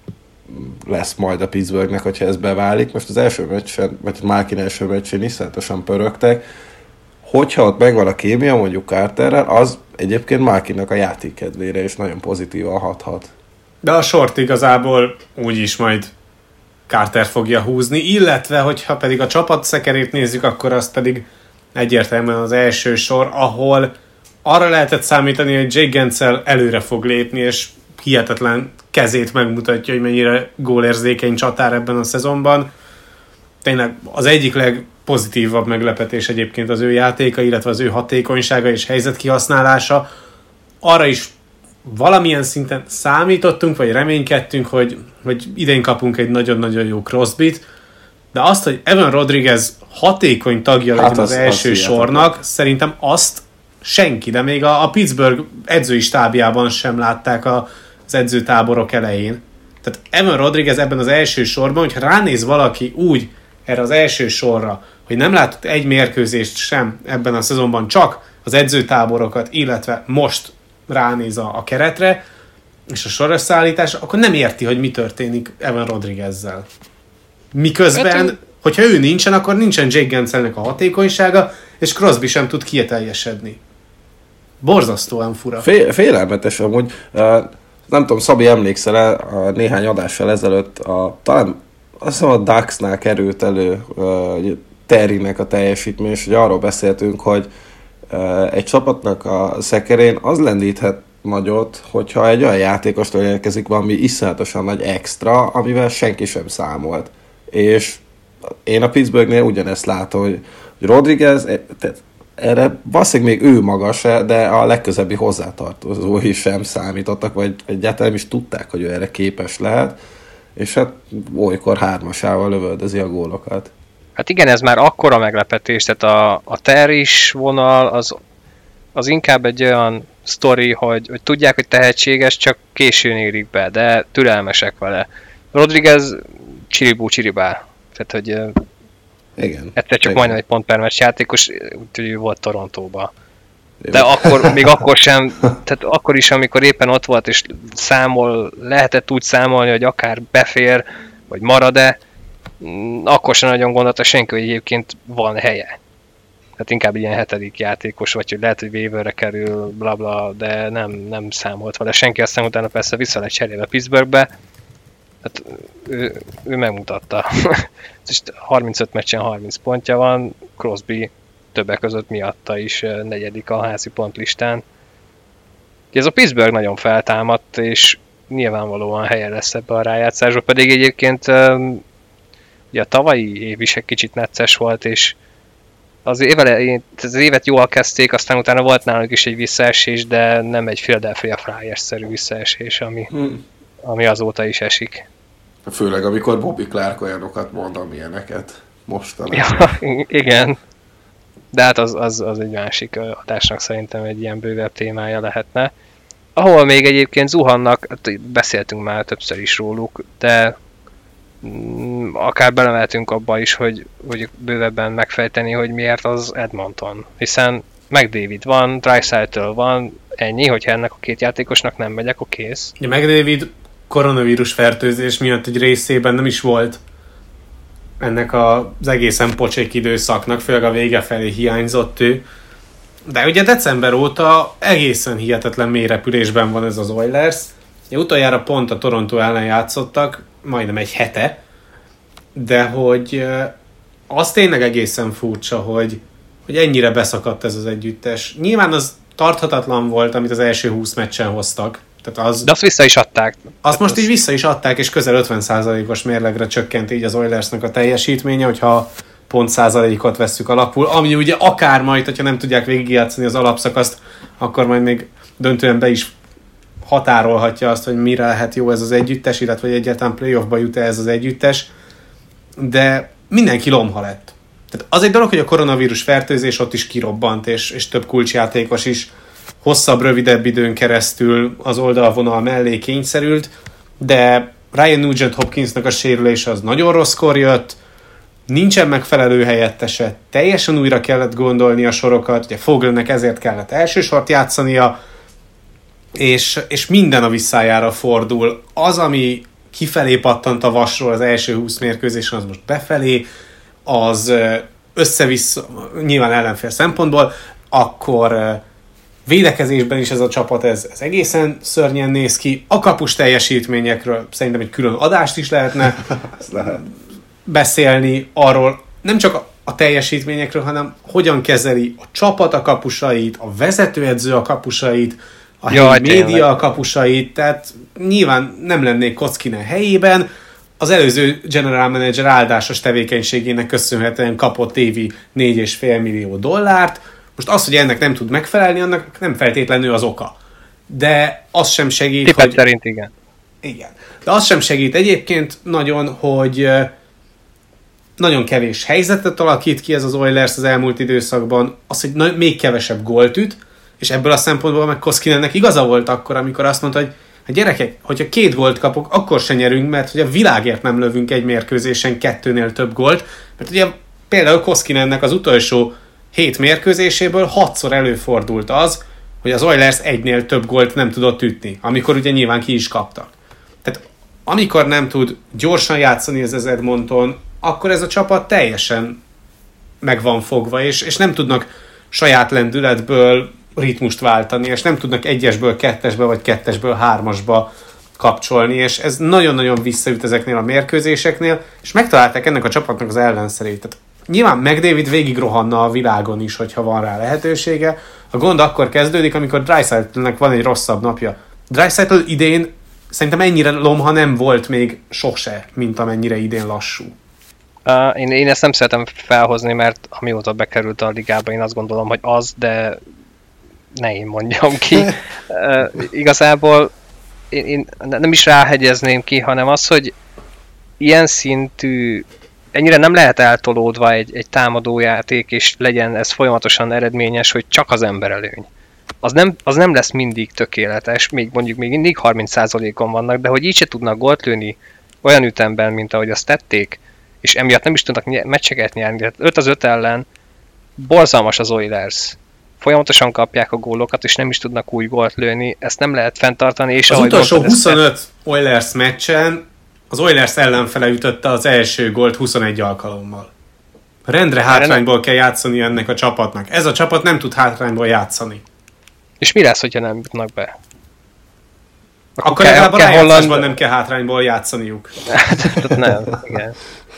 lesz majd a Pittsburghnek, hogyha ez beválik. Most az első meccsen, vagy Malkin első meccsén iszonyatosan pörögtek. Hogyha ott megvan a kémia mondjuk Carterrel, az egyébként Malkinnak a játékkedvére is nagyon pozitívan hathat. De a sort igazából úgyis majd Carter fogja húzni, illetve hogyha pedig a csapatszekerét nézzük, akkor az pedig egyértelműen az első sor, ahol arra lehetett számítani, hogy Jake Gensel előre fog lépni, és hihetetlen kezét megmutatja, hogy mennyire gólérzékeny csatár ebben a szezonban. Tényleg az egyik legpozitívabb meglepetés egyébként az ő játéka, illetve az ő hatékonysága és helyzetkihasználása. Arra is valamilyen szinten számítottunk, vagy reménykedtünk, hogy idén kapunk egy nagyon-nagyon jó Crosbyt, de azt, hogy Evan Rodriguez hatékony tagja legyen az első sornak, szerintem azt senki, de még a Pittsburgh edzői stábjában sem látták az edzőtáborok elején. Tehát Evan Rodriguez ebben az első sorban, hogyha ránéz valaki úgy erre az első sorra, hogy nem látott egy mérkőzést sem ebben a szezonban, csak az edzőtáborokat, illetve most ránéz a keretre, és a sorösszállítás, akkor nem érti, hogy mi történik Evan Rodriguezzel. Miközben, hogyha ő nincsen, akkor nincsen Jake Genselnek a hatékonysága, és Crosby sem tud kieteljesedni. Borzasztóan fura. Félelmetes amúgy. Nem tudom, Szabi, emlékszel-e néhány adással ezelőtt, talán azt hiszem a Ducksnál került elő Terrynek a teljesítmény, és hogy arról beszéltünk, hogy egy csapatnak a szekerén az lendíthet nagyot, hogyha egy olyan játékostól érkezik valami iszonyatosan nagy extra, amivel senki sem számolt. És én a Pittsburghnél ugyanezt látom, hogy Rodriguez, erre valószínűleg még ő maga se, de a legközebbi hozzátartozói sem számítottak, vagy egyáltalán is tudták, hogy ő erre képes lehet, és hát olykor 3-asával lövöldözi a gólokat. Hát igen, ez már akkora meglepetés, tehát a Terry-s vonal az inkább egy olyan sztori, hogy tudják, hogy tehetséges, csak későn érik be, de türelmesek vele. Rodriguez csiribá. Tehát, hogy igen, egyszer csak majdnem egy pont per meccs játékos, úgyhogy ő volt Torontóba. De akkor, még akkor sem, tehát akkor is, amikor éppen ott volt, és lehetett úgy számolni, hogy akár befér, vagy marad-e, akkor sem nagyon gondolta senki, hogy egyébként van helye. Tehát inkább ilyen 7. játékos, vagy hogy lehet, hogy waiverre kerül, blabla, de nem számolt vele senki, aztán utána persze vissza lett cserélve Pittsburghbe. Hát ő megmutatta. 35 meccsen 30 pontja van, Crosby többek között miatta is 4. a házi pontlistán. Ez a Pittsburgh nagyon feltámadt, és nyilvánvalóan helye lesz ebbe a rájátszásba, pedig egyébként ugye a tavalyi év is egy kicsit necces volt, és az évet jól kezdték, aztán utána volt náluk is egy visszaesés, de nem egy Philadelphia Flyers-szerű visszaesés, ami azóta is esik. Főleg, amikor Bobby Clark olyanokat mond, amilyeneket mostanában. Ja, igen. De hát az egy másik adásnak szerintem egy ilyen bővebb témája lehetne. Ahol még egyébként zuhannak, beszéltünk már többször is róluk, de akár belemeltünk abba is, hogy bővebben megfejteni, hogy miért az Edmonton. Hiszen McDavid van, Draisaitl van, ennyi, hogyha ennek a 2 játékosnak nem megy, akkor kész. Ja, McDavid koronavírus fertőzés miatt egy részében nem is volt ennek az egészen pocsék időszaknak, főleg a vége felé hiányzott ő. De ugye december óta egészen hihetetlen mély repülésben van ez az Oilers. Utoljára pont a Toronto ellen játszottak, majdnem egy hete, de hogy az tényleg egészen furcsa, hogy ennyire beszakadt ez az együttes. Nyilván az tarthatatlan volt, amit az első 20 meccsen hoztak. Tehát de azt vissza is adták. Azt most így vissza is adták, és közel 50%-os mérlegre csökkent így az Oilersnek a teljesítménye, hogyha pont százalékot vesszük alapul, ami ugye akár majd, hogyha nem tudják végigjátszani az alapszakaszt, akkor majd még döntően be is határolhatja azt, hogy mire lehet jó ez az együttes, illetve hogy egyáltalán playoffba jut-e ez az együttes, de mindenki lomha lett. Tehát az egy dolog, hogy a koronavírus fertőzés ott is kirobbant, és több kulcsjátékos is hosszabb, rövidebb időn keresztül az oldalvonal mellé kényszerült, de Ryan Nugent-Hopkinsnak a sérülése az nagyon rosszkor jött, nincsen megfelelő helyettese, teljesen újra kellett gondolni a sorokat, ugye Fogelnek ezért kellett elsősort játszania, és minden a visszájára fordul. Az, ami kifelé pattant a vasról az első 20 mérkőzésen, az most befelé, az össze-vissza, nyilván ellenfél szempontból, akkor védekezésben is ez a csapat, ez egészen szörnyen néz ki. A kapus teljesítményekről szerintem egy külön adást is lehetne beszélni arról, nem csak a teljesítményekről, hanem hogyan kezeli a csapat a kapusait, a vezetőedző a kapusait, a helyi média a kapusait, tehát nyilván nem lennék Koskinen helyében, az előző general manager áldásos tevékenységének köszönhetően kapott évi $4,5 millió. Most az, hogy ennek nem tud megfelelni, annak nem feltétlenül az oka. De az sem segít, Tippet hogy... szerint igen. Igen. De az sem segít egyébként nagyon, hogy nagyon kevés helyzetet alakít ki ez az Oilers az elmúlt időszakban, az, hogy még kevesebb gólt üt, és ebből a szempontból meg Koskinennek igaza volt akkor, amikor azt mondta, hogy hát gyerekek, hogyha 2 gólt kapok, akkor se nyerünk, mert hogy a világért nem lövünk egy mérkőzésen 2-nél több gólt, mert ugye például Koskinennek az utolsó 7 mérkőzéséből 6-szor előfordult az, hogy az Oilers 1-nél több gólt nem tudott ütni, amikor ugye nyilván ki is kaptak. Tehát amikor nem tud gyorsan játszani az Edmonton, akkor ez a csapat teljesen meg van fogva, és nem tudnak saját lendületből ritmust váltani, és nem tudnak 1-esből 2-esbe, vagy 2-esből 3-asba kapcsolni, és ez nagyon-nagyon visszaüt ezeknél a mérkőzéseknél, és megtalálták ennek a csapatnak az ellenszerét. Tehát nyilván McDavid végig rohanna a világon is, hogyha van rá lehetősége. A gond akkor kezdődik, amikor Draisaitlnek van egy rosszabb napja. Draisaitl idén szerintem ennyire lomha nem volt még sose, mint amennyire idén lassú. Én ezt nem szeretem felhozni, mert amióta bekerült a ligába, én azt gondolom, hogy az, de ne én mondjam ki. Igazából én nem is ráhegyezném ki, hanem az, hogy ilyen szintű, ennyire nem lehet eltolódva egy támadójáték, és legyen ez folyamatosan eredményes, hogy csak az emberelőny. Az nem lesz mindig tökéletes, még mindig 30%-on vannak, de hogy így se tudnak gólt lőni olyan ütemben, mint ahogy azt tették, és emiatt nem is tudnak meccseket nyerni. 5-5 ellen borzalmas az Oilers. Folyamatosan kapják a gólokat, és nem is tudnak új gólt lőni, ezt nem lehet fenntartani. És az utolsó 25 Oilers meccsen az Oilers ellenfele ütötte az első gólt 21 alkalommal. Rendre hátrányból kell játszani ennek a csapatnak. Ez a csapat nem tud hátrányból játszani. És mi lesz, hogyha nem jutnak be? Akkor legalább a rájátszásban nem kell hátrányból játszaniuk. Nem, igen.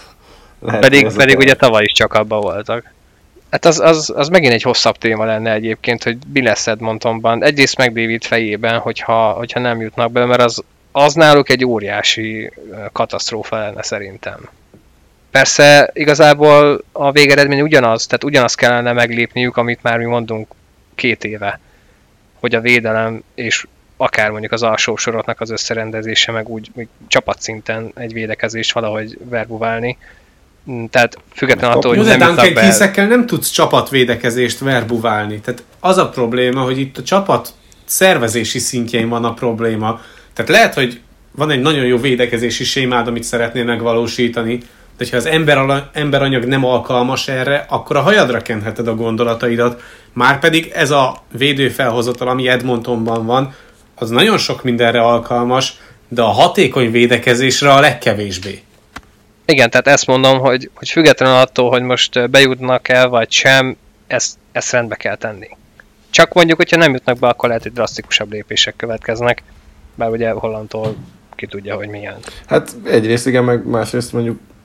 Pedig ugye tavaly is csak abban voltak. Hát az megint egy hosszabb téma lenne egyébként, hogy mi lesz Edmontonban. Egyrészt McDavid fejében, hogyha nem jutnak be, mert az náluk egy óriási katasztrófa lenne szerintem. Persze igazából a végeredmény ugyanaz, tehát ugyanazt kellene meglépniük, amit már mi mondunk 2 éve, hogy a védelem és akár mondjuk az alsó sorotnak az összerendezése, meg úgy csapatszinten egy védekezés valahogy verbuválni. Tehát függetlenül attól, hogy nem jutnak be... Duncan nem tudsz csapatvédekezést verbuválni. Tehát az a probléma, hogy itt a csapat szervezési szintjén van a probléma. Tehát lehet, hogy van egy nagyon jó védekezési sémád, amit szeretnél megvalósítani, de ha az emberanyag nem alkalmas erre, akkor a hajadra kenheted a gondolataidat. Márpedig ez a védőfelhozatal, ami Edmontonban van, az nagyon sok mindenre alkalmas, de a hatékony védekezésre a legkevésbé. Igen, tehát ezt mondom, hogy függetlenül attól, hogy most bejutnak el, vagy sem, ezt rendbe kell tenni. Csak mondjuk, hogyha nem jutnak be, akkor lehet, hogy drasztikusabb lépések következnek, bár ugye Hollandtól ki tudja, hogy milyen. Hát egyrészt igen, meg másrészt mondjuk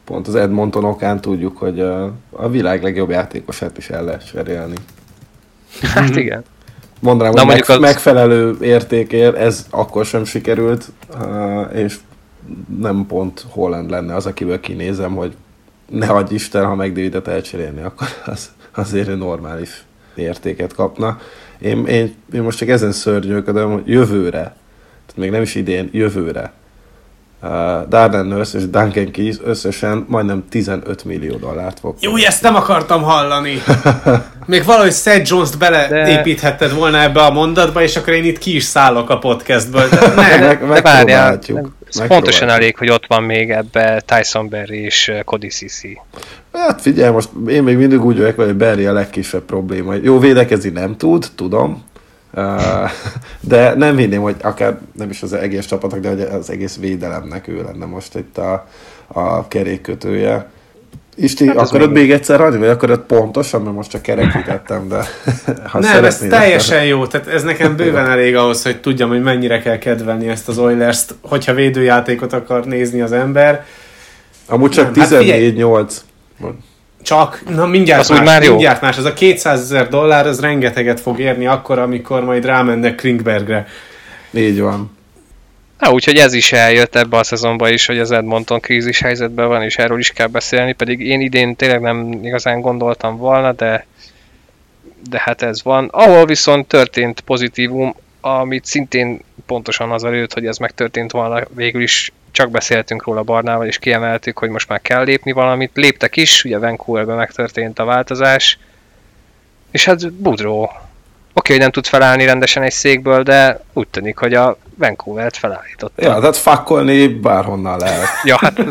pont az Edmonton okán tudjuk, hogy a világ legjobb játékosát is el lehet cserélni. Hát igen. Mondanám, hogy megfelelő értékért ez akkor sem sikerült, és nem pont Holland lenne az, akiből kinézem, hogy ne adj Isten, ha McDavidet elcserélni, akkor az azért normális értéket kapna. Én most csak ezen szörnyűködöm, hogy jövőre, tehát még nem is idén, jövőre Darnell Nurse és Duncan Keith összesen majdnem $15 millió fog. Jó, ezt nem akartam hallani. Még valahogy Seth Jones-t beleépíthetted volna ebbe a mondatba, és akkor én itt ki is szállok a podcastből. De várjál, pontosan elég, hogy ott van még ebbe Tyson Barrie és Cody Ceci. Hát figyelj, most én még mindig úgy vagyok, hogy Barrie a legkisebb probléma. Jó, védekezni nem tud, tudom, de nem hinném, hogy akár nem is az egész csapatnak, de az egész védelemnek ő lenne most itt a kerékkötője. Isti, hát akarod még egyszer adni, vagy akarod pontosan, mert most csak kerekítettem, de ha nem, ez teljesen jó, tehát ez nekem bőven elég ahhoz, hogy tudjam, hogy mennyire kell kedvelni ezt az Oilers-t, hogyha védőjátékot akar nézni az ember. Amúgy csak 14-8. Csak, na mindjárt más. Ez a $200,000, ez rengeteget fog érni akkor, amikor majd rámennek Klingbergre. Így van. Úgyhogy ez is eljött ebbe a szezonba is, hogy az Edmonton krízis helyzetben van, és erről is kell beszélni, pedig én idén tényleg nem igazán gondoltam volna, de hát ez van. Ahol viszont történt pozitívum, amit szintén pontosan azelőtt, hogy ez megtörtént volna, végül is csak beszéltünk róla Barnával, és kiemeltük, hogy most már kell lépni valamit. Léptek is, ugye Vancouverben megtörtént a változás, és hát Boudreau. Oké, hogy nem tud felállni rendesen egy székből, de úgy tűnik, hogy a Vancouvert felállította. Ja, tehát fakkolni bárhonnan lehet. Ja, hát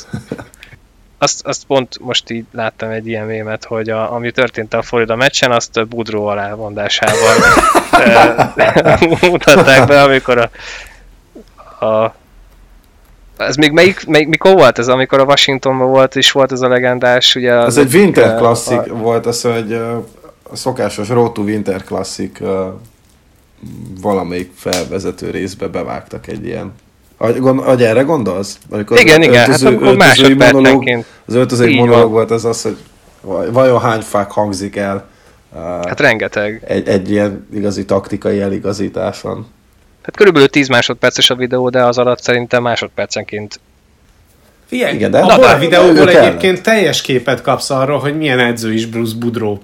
azt pont most így láttam egy ilyen mémet, hogy ami történt a Florida meccsen, azt Boudreau alámondásával mutatták be, amikor ez még mikor volt ez, amikor a Washingtonban volt, és volt ez a legendás, ugye... Ez egy Winter Classic volt, az, hogy a szokásos Road to Winter Classic valamelyik felvezető részbe bevágtak egy ilyen. Hogy erre gondolsz? Amikor igen, hát akkor másodpercenként. Az öltözői monológ volt az, hogy vajon hány fák hangzik el. Hát rengeteg. Egy ilyen igazi taktikai eligazításon. Hát körülbelül 10 másodperces a videó, de az alatt szerintem másodpercenként. Figyelj, igen, abban a videóból egyébként teljes képet kapsz arról, hogy milyen edző is Bruce Boudreau.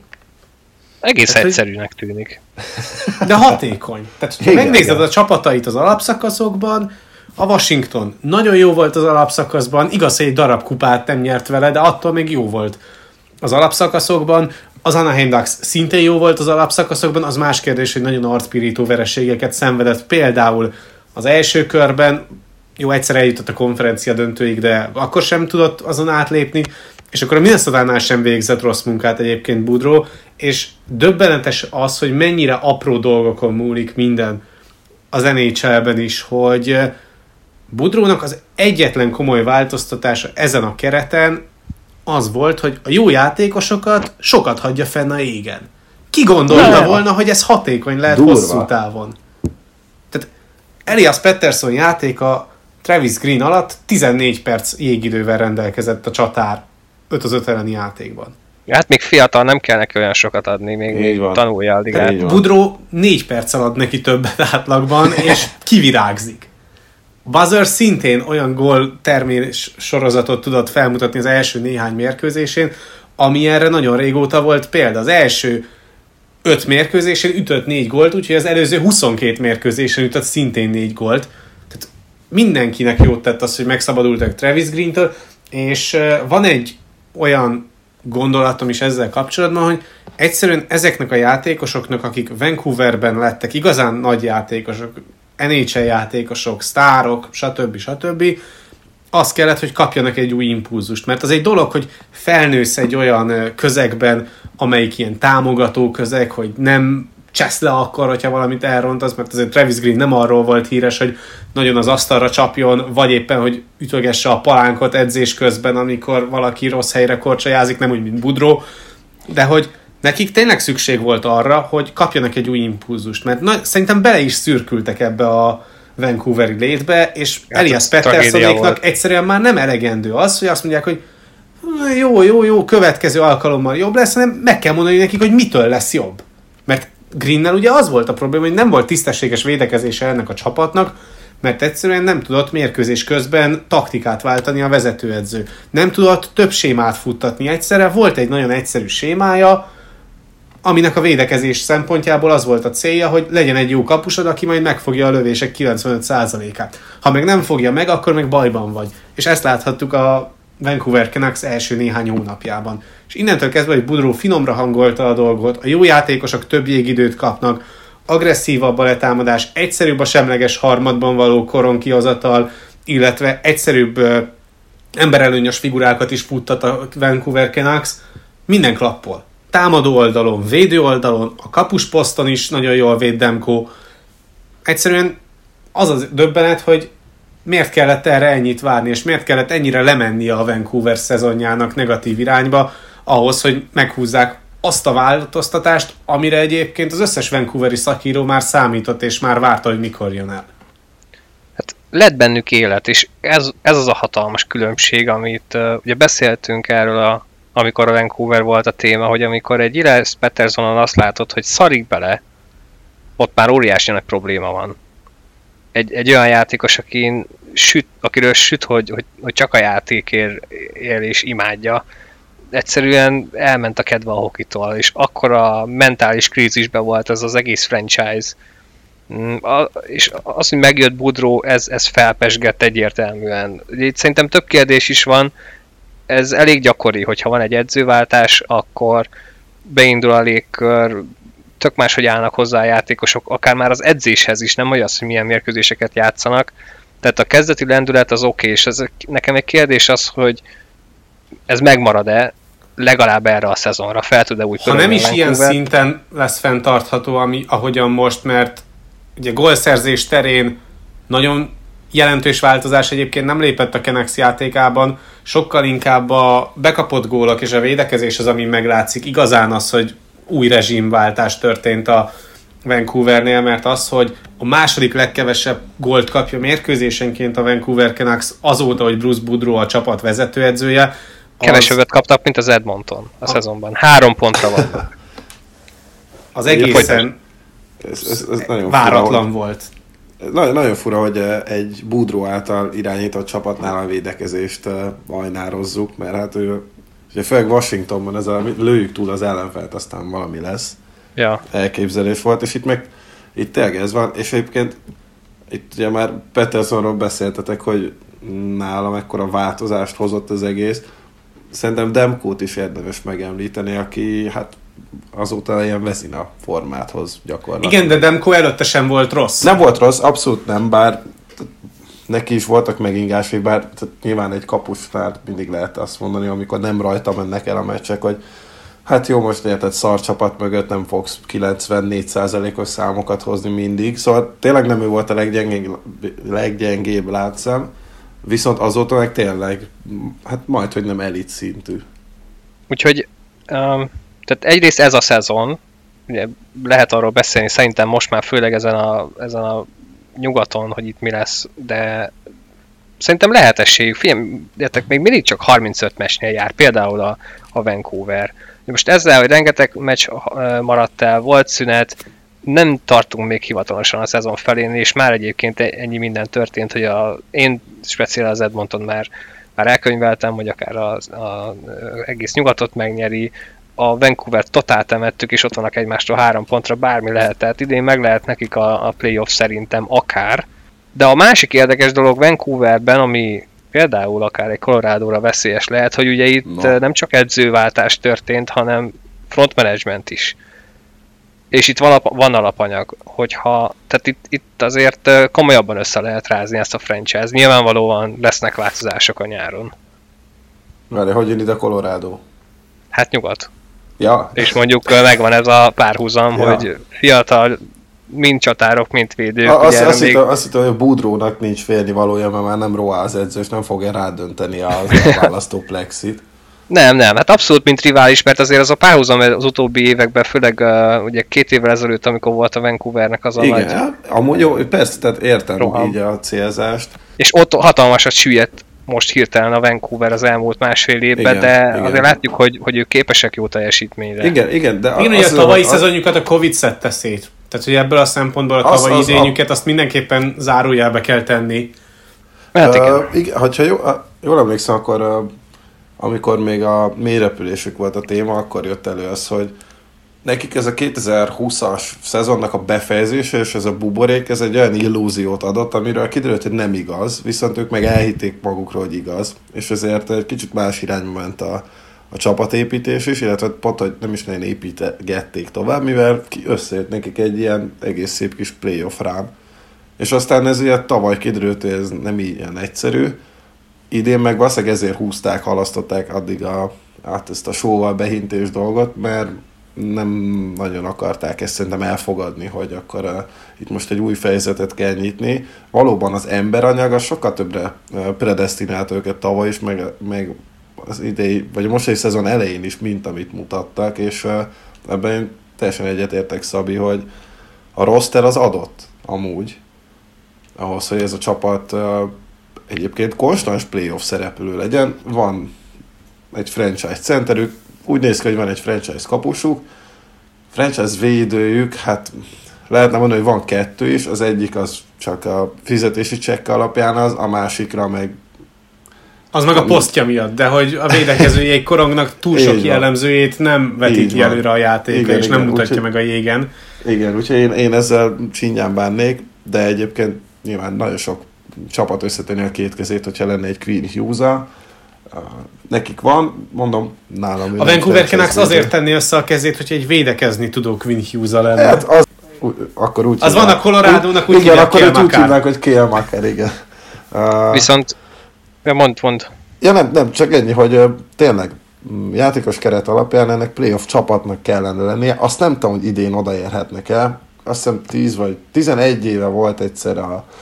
Egész egyszerűnek tűnik. De hatékony. Tehát, ha megnézed a csapatait az alapszakaszokban, a Washington nagyon jó volt az alapszakaszban, igaz, hogy egy darab kupát nem nyert vele, de attól még jó volt az alapszakaszokban. Az Anaheim Ducks szintén jó volt az alapszakaszokban, az más kérdés, hogy nagyon arcpirító vereségeket szenvedett, például az első körben, jó, egyszer eljutott a konferencia döntőig, de akkor sem tudott azon átlépni, és akkor a Minnesota-nál sem végzett rossz munkát egyébként Boudreau, és döbbenetes az, hogy mennyire apró dolgokon múlik minden az NHL-ben is, hogy Boudreaunak az egyetlen komoly változtatása ezen a kereten az volt, hogy a jó játékosokat sokat hagyja fenn a égen. Ki gondolta volna, hogy ez hatékony lehet hosszú távon? Tehát Elias Pettersson játéka Travis Green alatt 14 perc jégidővel rendelkezett a csatár 5-5 elleni játékban. Hát még fiatal, nem kell neki olyan sokat adni, még tanulja a ligát. Boudreau 4 perccel ad neki többet átlagban, és kivirágzik. Buzzer szintén olyan gól termés sorozatot tudott felmutatni az első néhány mérkőzésén, ami erre nagyon régóta volt példa. Az első 5 mérkőzésén ütött 4 gólt, úgyhogy az előző 22 mérkőzésen ütött szintén 4 gólt. Tehát mindenkinek jót tett az, hogy megszabadultak Travis Greentől, és van egy olyan gondolatom is ezzel kapcsolatban, hogy egyszerűen ezeknek a játékosoknak, akik Vancouverben lettek igazán nagy játékosok, NHL játékosok, sztárok, stb. Az kellett, hogy kapjanak egy új impulzust. Mert az egy dolog, hogy felnősz egy olyan közegben, amelyik ilyen támogató közeg, hogy nem csesz le akkor, hogyha valamit elrontasz, mert azért Travis Green nem arról volt híres, hogy nagyon az asztalra csapjon, vagy éppen, hogy ütögesse a palánkot edzés közben, amikor valaki rossz helyre korcsolyázik, nem úgy, mint Boudreau, de hogy nekik tényleg szükség volt arra, hogy kapjanak egy új impulzust, mert szerintem bele is szürkültek ebbe a Vancouveri létbe, és Elias Petterssonéknak egyszerűen már nem elegendő az, hogy azt mondják, hogy jó, következő alkalommal jobb lesz, hanem meg kell mondani nekik, hogy mitől lesz jobb. Mert Greennel ugye az volt a probléma, hogy nem volt tisztességes védekezése ennek a csapatnak, mert egyszerűen nem tudott mérkőzés közben taktikát váltani a vezetőedző. Nem tudott több sémát futtatni egyszerre, volt egy nagyon egyszerű sémája, aminek a védekezés szempontjából az volt a célja, hogy legyen egy jó kapusod, aki majd megfogja a lövések 95%-át. Ha meg nem fogja meg, akkor meg bajban vagy. És ezt láthattuk a Vancouver Canucks első néhány hónapjában. És innentől kezdve, hogy Boudreau finomra hangolta a dolgot, a jó játékosok több jégidőt kapnak, agresszívabb a letámadás, egyszerűbb a semleges harmadban való koronkihozatal, illetve egyszerűbb emberelőnyös figurákat is futtat a Vancouver Canucks, minden klappol. Támadó oldalon, védő oldalon, a kapusposzton is nagyon jól véd Demko. Egyszerűen az döbbenet, hogy miért kellett erre ennyit várni, és miért kellett ennyire lemennie a Vancouver szezonjának negatív irányba, ahhoz, hogy meghúzzák azt a változtatást, amire egyébként az összes vancouveri szakíró már számított, és már várta, hogy mikor jön el. Hát lett bennük élet, és ez az a hatalmas különbség, amit ugye beszéltünk erről, amikor a Vancouver volt a téma, hogy amikor egy Elias Petterssonon azt látod, hogy szarik bele, ott már óriási nagy probléma van. Egy olyan játékos, akiről süt, hogy csak a játékért él és imádja, egyszerűen elment a kedve a hokitól, és akkora mentális krízisben volt ez az egész franchise. És az, hogy megjött Boudreau, ez felpesgett egyértelműen. Itt szerintem több kérdés is van, ez elég gyakori, hogyha van egy edzőváltás, akkor beindul a légkör, tök máshogy állnak hozzá a játékosok, akár már az edzéshez is, nem hogy az, hogy milyen mérkőzéseket játszanak. Tehát a kezdeti lendület az oké, és nekem egy kérdés az, hogy ez megmarad-e legalább erre a szezonra, fel tud-e úgy ha nem is ilyen szinten lesz fenntartható, ahogyan most, mert ugye gólszerzés terén nagyon jelentős változás egyébként nem lépett a Canucks játékában, sokkal inkább a bekapott gólok és a védekezés az, ami meglátszik. Igazán az, hogy új rezsimváltás történt a Vancouvernél, mert az, hogy a második legkevesebb gólt kapja mérkőzésenként a Vancouver Canucks azóta, hogy Bruce Boudreau a csapat vezetőedzője. Kevesebbet kaptak, mint az Edmonton a szezonban. 3 pontra van. Az egészen ez nagyon váratlan volt. Nagyon fura, hogy egy Boudreau által irányított csapatnál a védekezést ajnározzuk, mert hát ő, ugye főleg Washingtonban ez a lőjük túl az ellenfelt, aztán valami lesz. Ja. Elképzelés volt, és itt tényleg ez van, és egyébként itt ugye már Petterssonról beszéltetek, hogy nálam ekkora változást hozott az egész. Szerintem Demkót is érdemes megemlíteni, aki hát azóta ilyen Vezina formát hoz gyakorlatilag. Igen, de Demko előtte sem volt rossz. Nem volt rossz, abszolút nem, bár neki is voltak megingásai, bár nyilván egy kapusnál mindig lehet azt mondani, amikor nem rajta mennek el a meccsek, hogy hát jó, most érted, szar csapat mögött nem fogsz 94%-os számokat hozni mindig, szóval tényleg nem ő volt a leggyengébb látszám, viszont azóta meg tényleg, hát majd, hogy nem elit szintű. Úgyhogy, tehát egyrészt ez a szezon, ugye lehet arról beszélni, szerintem most már főleg ezen a nyugaton, hogy itt mi lesz, de szerintem lehet esély. Figyeljetek, még mindig csak 35 meccsnél jár, például a Vancouver. Most ezzel, hogy rengeteg meccs maradt el, volt szünet, nem tartunk még hivatalosan a szezon felén, és már egyébként ennyi minden történt, hogy én speciál az Edmonton már elkönyveltem, hogy akár az egész nyugatot megnyeri, a Vancouver totál temettük, és ott vannak egymástól 3 pontra, bármi lehet, tehát idén meg lehet nekik a playoff szerintem akár. De a másik érdekes dolog Vancouverben, ami például akár egy Colorado-ra veszélyes lehet, hogy ugye itt nem csak edzőváltás történt, hanem front management is. És itt van alapanyag, tehát itt azért komolyabban össze lehet rázni ezt a franchise. Nyilvánvalóan lesznek változások a nyáron. Várj, hogy jön ide Colorado? Hát nyugat. Ja. És mondjuk megvan ez a párhuzam, hogy fiatal, mind csatárok, mind védők. Azt hittem, hogy a Boudreaunak nincs félnivalója, mert már nem Roa az edző, és nem fogja rádönteni a választó plexit. Nem, hát abszolút mint rivális, mert azért az a párhuzam az utóbbi években, főleg ugye 2 évvel ezelőtt, amikor volt a Vancouvernek az a igen, nagy... amúgy jó, persze, tehát értem roham. Így a célzást. És ott hatalmasat süllyedt most hirtelen a Vancouver az elmúlt másfél évben, igen. Azért látjuk, hogy ők képesek jó teljesítményre. Igen, de igen, ugye a tavalyi szezonjukat a Covid szedte szét. Tehát, hogy ebből a szempontból a tavalyi idényüket azt mindenképpen zárójelbe kell tenni. Hát igen. Igen, hogyha jól emlékszem, akkor amikor még a mélyrepülésük volt a téma, akkor jött elő az, hogy nekik ez a 2020-as szezonnak a befejezése, és ez a buborék, ez egy olyan illúziót adott, amiről kiderült, hogy nem igaz, viszont ők meg elhitték magukról, hogy igaz, és ezért egy kicsit más irányba ment a csapatépítés is, illetve pont, hogy nem is nagyon építették tovább, mivel összejött nekik egy ilyen egész szép kis playoff rám. És aztán ez ugye tavaly kiderült, hogy ez nem ilyen egyszerű. Idén meg valószínűleg ezért húzták, halasztották addig ezt a show-val behintés dolgot, mert nem nagyon akarták ezt szerintem elfogadni, hogy akkor itt most egy új fejezetet kell nyitni. Valóban az emberanyag az sokkal többre predesztinált őket tavaly is, meg az idei, vagy a mostani szezon elején is, mint amit mutattak, és ebben én teljesen egyetértek, Szabi, hogy a roster az adott amúgy, ahhoz, hogy ez a csapat egyébként konstans playoff szereplő legyen. Van egy franchise centerük, úgy néz ki, hogy van egy franchise kapusuk, franchise védőjük, hát lehetne mondani, hogy van 2 is, az egyik az csak a fizetési csekk alapján az, a másikra meg... Az meg a posztja miatt, de hogy a védekezőjék korongnak túl sok jellemzőjét nem vetíti előre a játékra, és nem mutatja meg a jégen. Igen, úgyhogy én ezzel csinyán bánnék, de egyébként nyilván nagyon sok csapat összetenni a két kezét, hogyha lenne egy Quinn Hughes-a. Nekik van, mondom, nálam... A Vancouver Canucks azért tenni össze a kezét, hogy egy védekezni tudó Quinn Hughes-a lenne. Hát az, akkor úgy az van a Colorado-nak, úgy igen, akkor úgy hívnák, hogy Kale Makar, igen. Viszont, mond. Ja nem, csak ennyi, hogy tényleg játékos keret alapján ennek playoff csapatnak kellene lennie. Azt nem tudom, hogy idén odaérhetnek el. Azt hiszem 10 vagy 11 éve volt egyszer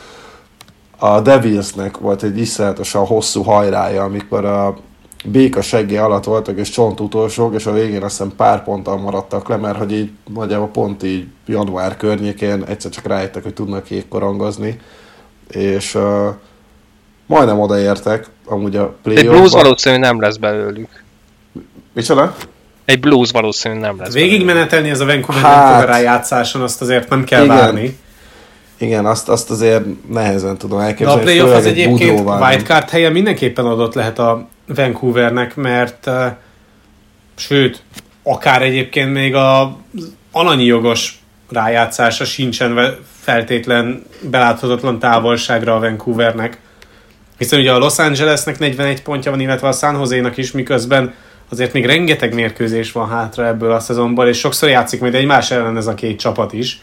a Devilsnek volt egy iszonyatosan hosszú hajrája, amikor a béka seggé alatt voltak és csont utolsók, és a végén azt hiszem pár ponttal maradtak le, mert hogy így nagyjából pont így január környékén egyszer csak rájöttek, hogy tudnak jégkorongozni, és majdnem odaértek, amúgy a play-offba. Egy Blues valószínűleg nem lesz belőlük. Micsoda? Egy Blues valószínűleg nem lesz végigmenetelni ez a Vancouver rájátszáson, azt azért nem kell várni. Igen, azt azért nehezen tudom elképzelni. De a playoff az egyébként wildcard helye mindenképpen adott lehet a Vancouvernek, mert sőt, akár egyébként még az alanyi jogos rájátszása sincsen feltétlen beláthatatlan távolságra a Vancouvernek. Hiszen ugye a Los Angelesnek 41 pontja van, illetve a San Jose-nak is, miközben azért még rengeteg mérkőzés van hátra ebből a szezonból, és sokszor játszik majd egymás ellen ez a két csapat is.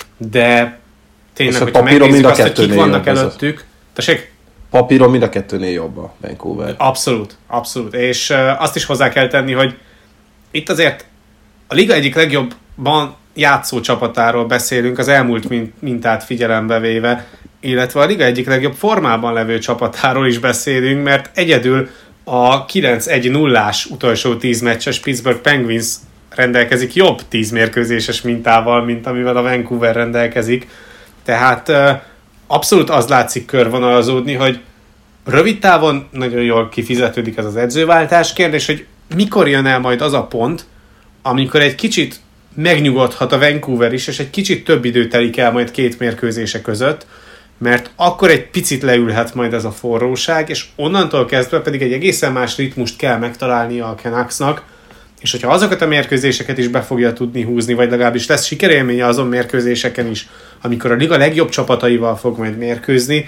De tényleg, hogyha megnézzük azt, hogy kik vannak előttük. Tessék? Papíron mind a kettőnél jobb a Vancouver. Abszolút. És azt is hozzá kell tenni, hogy itt azért a liga egyik legjobban játszó csapatáról beszélünk, az elmúlt mintát figyelembe véve, illetve a liga egyik legjobb formában levő csapatáról is beszélünk, mert egyedül a 9-1-0-ás utolsó 10 meccses Pittsburgh Penguins rendelkezik jobb 10 mérkőzéses mintával, mint amivel a Vancouver rendelkezik. Tehát abszolút az látszik körvonalazódni, hogy rövid távon nagyon jól kifizetődik ez az edzőváltás. Kérdés, hogy mikor jön el majd az a pont, amikor egy kicsit megnyugodhat a Vancouver is, és egy kicsit több idő telik el majd két mérkőzése között, mert akkor egy picit leülhet majd ez a forróság, és onnantól kezdve pedig egy egészen más ritmust kell megtalálnia a Canucksnak, és hogyha azokat a mérkőzéseket is be fogja tudni húzni, vagy legalábbis lesz sikerélménye azon mérkőzéseken is, amikor a liga legjobb csapataival fog majd mérkőzni,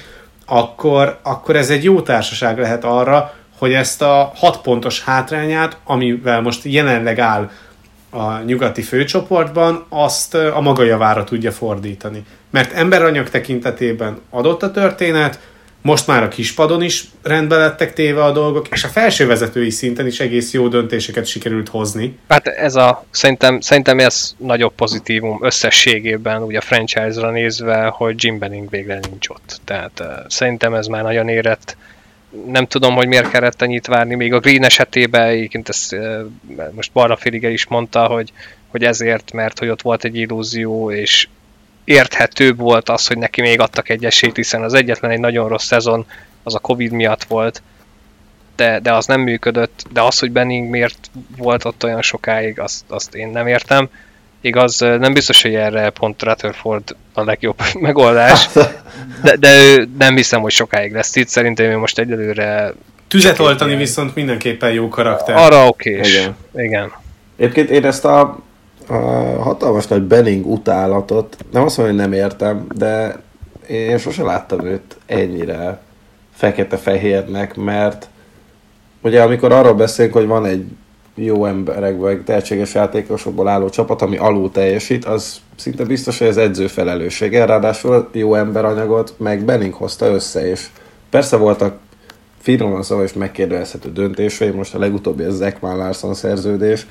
akkor ez egy jó társaság lehet arra, hogy ezt a 6 pontos hátrányát, amivel most jelenleg áll a nyugati főcsoportban, azt a maga javára tudja fordítani. Mert emberanyag tekintetében adott a történet, most már a kispadon is rendbe lettek téve a dolgok, és a felső vezetői szinten is egész jó döntéseket sikerült hozni. Hát szerintem ez nagyobb pozitívum összességében, ugye a franchise-ra nézve, hogy Jim Benning végre nincs ott. Tehát szerintem ez már nagyon érett. Nem tudom, hogy miért kellett ennyit várni, még a Green esetében, egyébként ezt most Barna Féliger is mondta, hogy ezért, mert hogy ott volt egy illúzió, és érthetőbb volt az, hogy neki még adtak egy esélyt, hiszen az egyetlen egy nagyon rossz szezon az a Covid miatt volt, de az nem működött, de az, hogy Benning miért volt ott olyan sokáig, azt én nem értem. Igaz, nem biztos, hogy erre pont Rutherford a legjobb megoldás, de ő nem hiszem, hogy sokáig lesz itt, szerintem ő most egyelőre... Tüzet oltani viszont mindenképpen jó karakter. Arra okés. Igen. Egyébként én ezt a hatalmas nagy Benning utálatot, nem azt mondom, hogy nem értem, de én sose láttam őt ennyire fekete-fehérnek, mert ugye amikor arról beszélünk, hogy van egy jó emberek, vagy tehetséges játékosokból álló csapat, ami alul teljesít, az szinte biztos, hogy az edző felelőssége, ráadásul jó emberanyagot meg Benning hozta össze, és persze voltak finoman szóval is megkérdezhető döntései, most a legutóbbi az Ekman Larsson szerződés,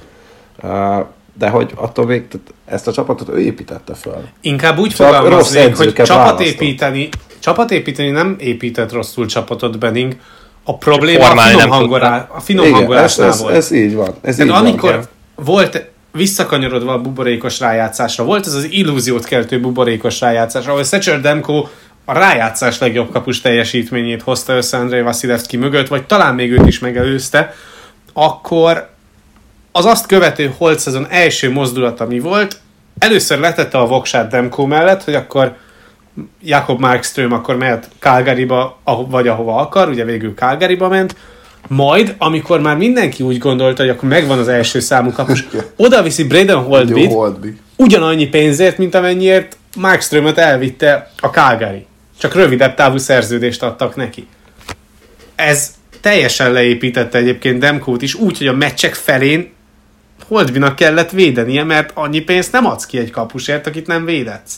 de hogy attól még ezt a csapatot ő építette fel. Inkább úgy fogalmaznék, hogy csapatépíteni nem épített rosszul csapatot Benning, a probléma a finom hangolásnál volt. Ez így van. Amikor volt visszakanyarodva a buborékos rájátszásra, volt ez az illúziót keltő buborékos rájátszásra, ahol Thatcher Demko a rájátszás legjobb kapus teljesítményét hozta össze Andrei Vasilevsky mögött, vagy talán még őt is megelőzte, akkor az azt követő holt szezon első mozdulata mi volt? Először letette a voksát Demko mellett, hogy akkor Jakob Markström akkor mehet Calgaryba, vagy ahova akar, ugye végül Calgaryba ment, majd, amikor már mindenki úgy gondolta, hogy akkor megvan az első számú kapus, oda viszi Braden Holtbyt ugyanannyi pénzért, mint amennyiért Markströmöt elvitte a Calgary. Csak rövidebb távú szerződést adtak neki. Ez teljesen leépítette egyébként Demkót is, úgy, hogy a meccsek felén Holtbynak kellett védenie, mert annyi pénzt nem adsz ki egy kapusért, akit nem védetsz.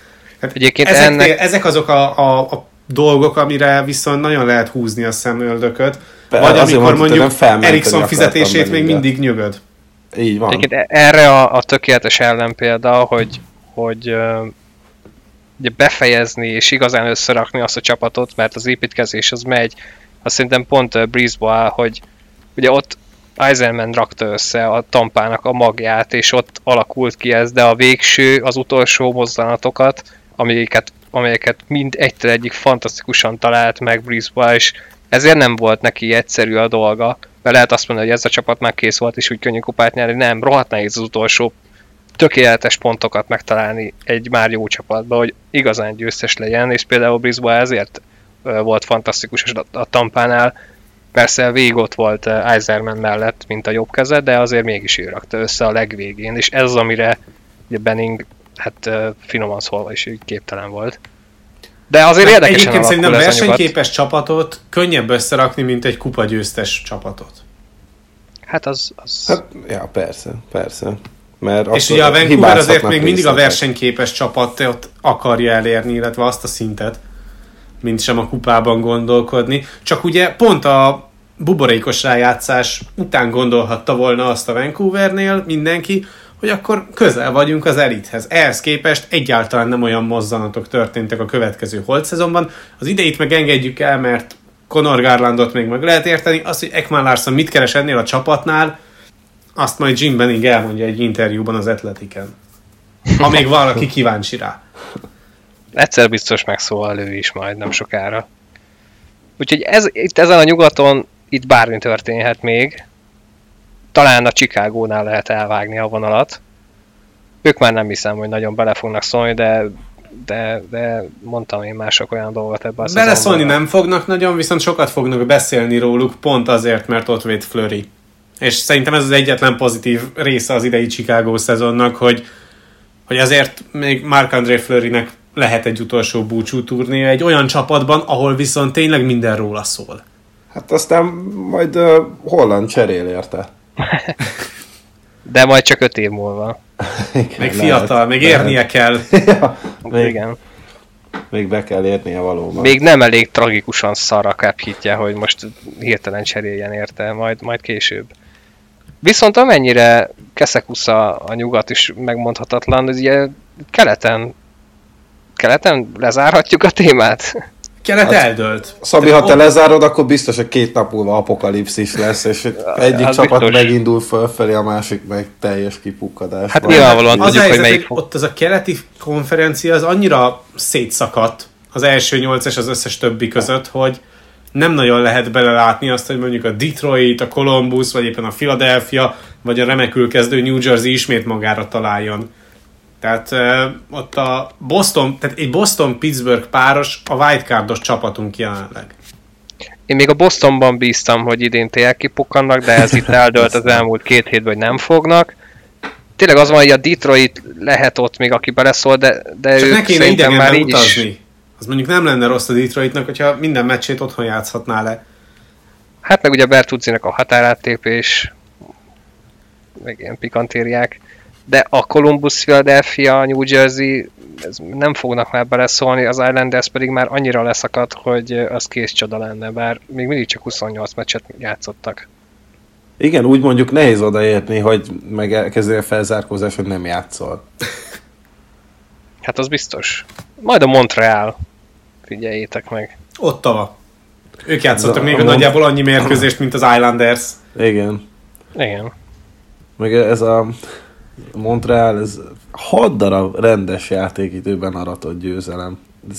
Ezek azok a dolgok, amire viszont nagyon lehet húzni a szemöldököt. Vagy amikor mondjuk Eriksson fizetését még mindig nyögöd. Így van. Egyébként erre a tökéletes ellenpélda, hogy ugye befejezni és igazán összerakni azt a csapatot, mert az építkezés az megy. Azt szerintem pont Breeze-ba áll, hogy ugye ott Yzerman rakta össze a Tampának a magját, és ott alakult ki ez, de a végső, az utolsó mozzanatokat, amelyeket mind egytől egyik fantasztikusan talált meg Breeze-ba, és ezért nem volt neki egyszerű a dolga, mert lehet azt mondani, hogy ez a csapat már kész volt, és úgy könnyű kupát nyerni, nem, rohadt nehéz az utolsó tökéletes pontokat megtalálni egy már jó csapatba, hogy igazán győztes legyen, és például Breeze-ba ezért volt fantasztikus a Tampánál. Persze végig ott volt Yzerman mellett, mint a jobb keze, de azért mégis ő rakta össze a legvégén, és ez az, amire ugye Benning, hát finoman szólva is képtelen volt. De azért érdekesen egyébként szerintem versenyképes csapatot könnyebb összerakni, mint egy kupagyőztes csapatot. Hát az... Hát, ja, persze. Mert és ugye a Vancouver azért még mindig a versenyképes csapatot akarja elérni, illetve azt a szintet, mint sem a kupában gondolkodni. Csak ugye pont a buborékos rájátszás után gondolhatta volna azt a Vancouvernél mindenki, hogy akkor közel vagyunk az elithez. Ehhez képest egyáltalán nem olyan mozzanatok történtek a következő holt szezonban. Az idejét meg engedjük el, mert Conor Garlandot még meg lehet érteni. Azt, hogy Ekman Larsson mit keres ennél a csapatnál, azt majd Jim Benning elmondja egy interjúban az Athletiken. Ha még valaki kíváncsi rá. Egyszer biztos megszólal ő is majd, nem sokára. Úgyhogy itt ezen a nyugaton itt bármi történhet még. Talán a Chicagónál lehet elvágni a vonalat. Ők már nem hiszem, hogy nagyon bele fognak szólni, de mondtam én mások olyan dolgot ebben a szezonban. Beleszólni nem fognak nagyon, viszont sokat fognak beszélni róluk, pont azért, mert ott véd Fleury. És szerintem ez az egyetlen pozitív része az idei Chicago szezonnak, hogy azért még Marc-André Fleurynek lehet egy utolsó búcsú turnéja egy olyan csapatban, ahol viszont tényleg minden róla szól. Hát aztán majd Holland cserél érte. De majd csak 5 év múlva. Igen, még fiatal, még érnie kell. Ja, igen. Még be kell érnie valóban. Még nem elég tragikusan szar a cap hitje, hogy most hirtelen cseréljen érte, majd később. Viszont amennyire keszekusza a nyugat is megmondhatatlan, hogy ugye keleten lezárhatjuk a témát? Kelet eldőlt. Szabi, ha te lezárod, akkor biztos, hogy 2 nap múlva apokalipszis lesz, és egyik csapat biztos megindul fölfelé, a másik meg teljes kipukkadás. Hát nyilvánvalóan tudjuk, hogy melyik fog. Ott az a keleti konferencia az annyira szétszakadt az első 8 és az összes többi között, hogy nem nagyon lehet belelátni azt, hogy mondjuk a Detroit, a Columbus, vagy éppen a Philadelphia, vagy a remekül kezdő New Jersey ismét magára találjon. Tehát ott a Boston, tehát egy Boston-Pittsburgh páros a wildcardos csapatunk jelenleg. Én még a Bostonban bíztam, hogy idén tényleg kipukkannak, de ez itt eldölt az elmúlt 2 hétben, hogy nem fognak. Tényleg az van, hogy a Detroit lehet ott még, aki beleszól, de csak ők ne kéne szerintem már így utazni. is... Az mondjuk nem lenne rossz a Detroitnak, hogyha minden meccsét otthon játszhatná le. Hát meg ugye Bertuzzinak a határáttépés, meg ilyen pikantériák. De a Columbus, Philadelphia, New Jersey nem fognak már beleszólni, az Islanders pedig már annyira leszakadt, hogy az kész csoda lenne, bár még mindig csak 28 meccset játszottak. Igen, úgy mondjuk nehéz odaérni, hogy megkezdeni a felzárkózás, hogy nem játszol. Hát az biztos. Majd a Montreal. Figyeljétek meg. Ottawa. Ők játszottak még nagyjából annyi mérkőzést, mint az Islanders. Igen. Igen. Meg ez a Montreal, ez 6 darab rendes játékidőben aratott győzelem. Ez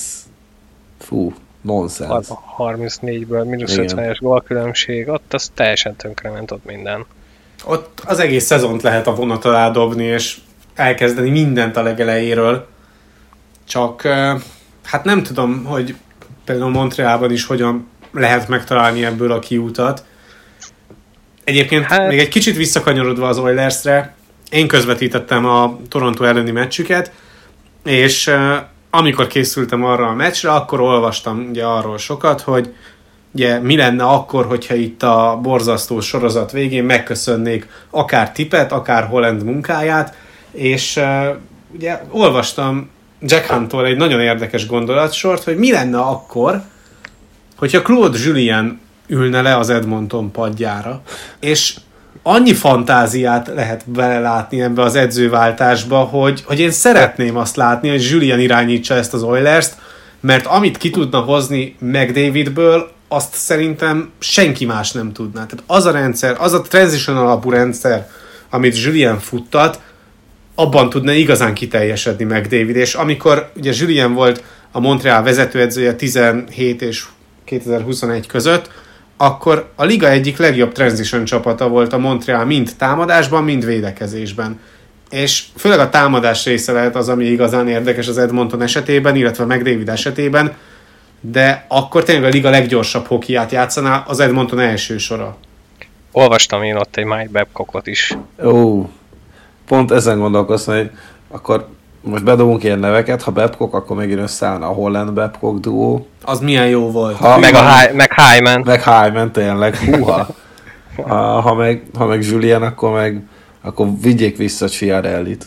nonsens. 34-ből mínusz 50-es gólkülönbség, ott az teljesen tönkrement ott minden. Ott az egész szezont lehet a vonat alá dobni, és elkezdeni mindent a legelejéről. Csak hát nem tudom, hogy például Montrealban is hogyan lehet megtalálni ebből a kiutat. Egyébként még egy kicsit visszakanyarodva az Oilersre, én közvetítettem a Toronto elleni meccsüket, és amikor készültem arra a meccsre, akkor olvastam ugye arról sokat, hogy ugye mi lenne akkor, hogyha itt a borzasztó sorozat végén megköszönnék akár Tippet, akár Holland munkáját, és ugye olvastam Jack Hunttól egy nagyon érdekes gondolatsort, hogy mi lenne akkor, hogyha Claude Julien ülne le az Edmonton padjára, és annyi fantáziát lehet belelátni ebbe az edzőváltásba, hogy én szeretném azt látni, hogy Julien irányítsa ezt az Oilers-t, mert amit ki tudna hozni McDavidből, azt szerintem senki más nem tudná. Tehát az a rendszer, az a transition alapú rendszer, amit Julien futtat, abban tudna igazán kiteljesedni McDavid, és amikor ugye Julien volt a Montreal vezetőedzője 17 és 2021 között, akkor a liga egyik legjobb transition csapata volt a Montreal mind támadásban, mind védekezésben. És főleg a támadás része lehet az, ami igazán érdekes az Edmonton esetében, illetve McDavid esetében, de akkor tényleg a liga leggyorsabb hokiját játszaná az Edmonton első sora. Olvastam én ott egy Mike Babcockot is. Pont ezen gondolkoztam, hogy akkor most bedobunk ilyen neveket, ha Babcock, akkor megint összeállna a Holland-Babcock duó. Az milyen jó volt. Meg Hyman. Meg Hyman, tényleg. Húha. Ha meg Julien, akkor vigyék vissza Chiarellit.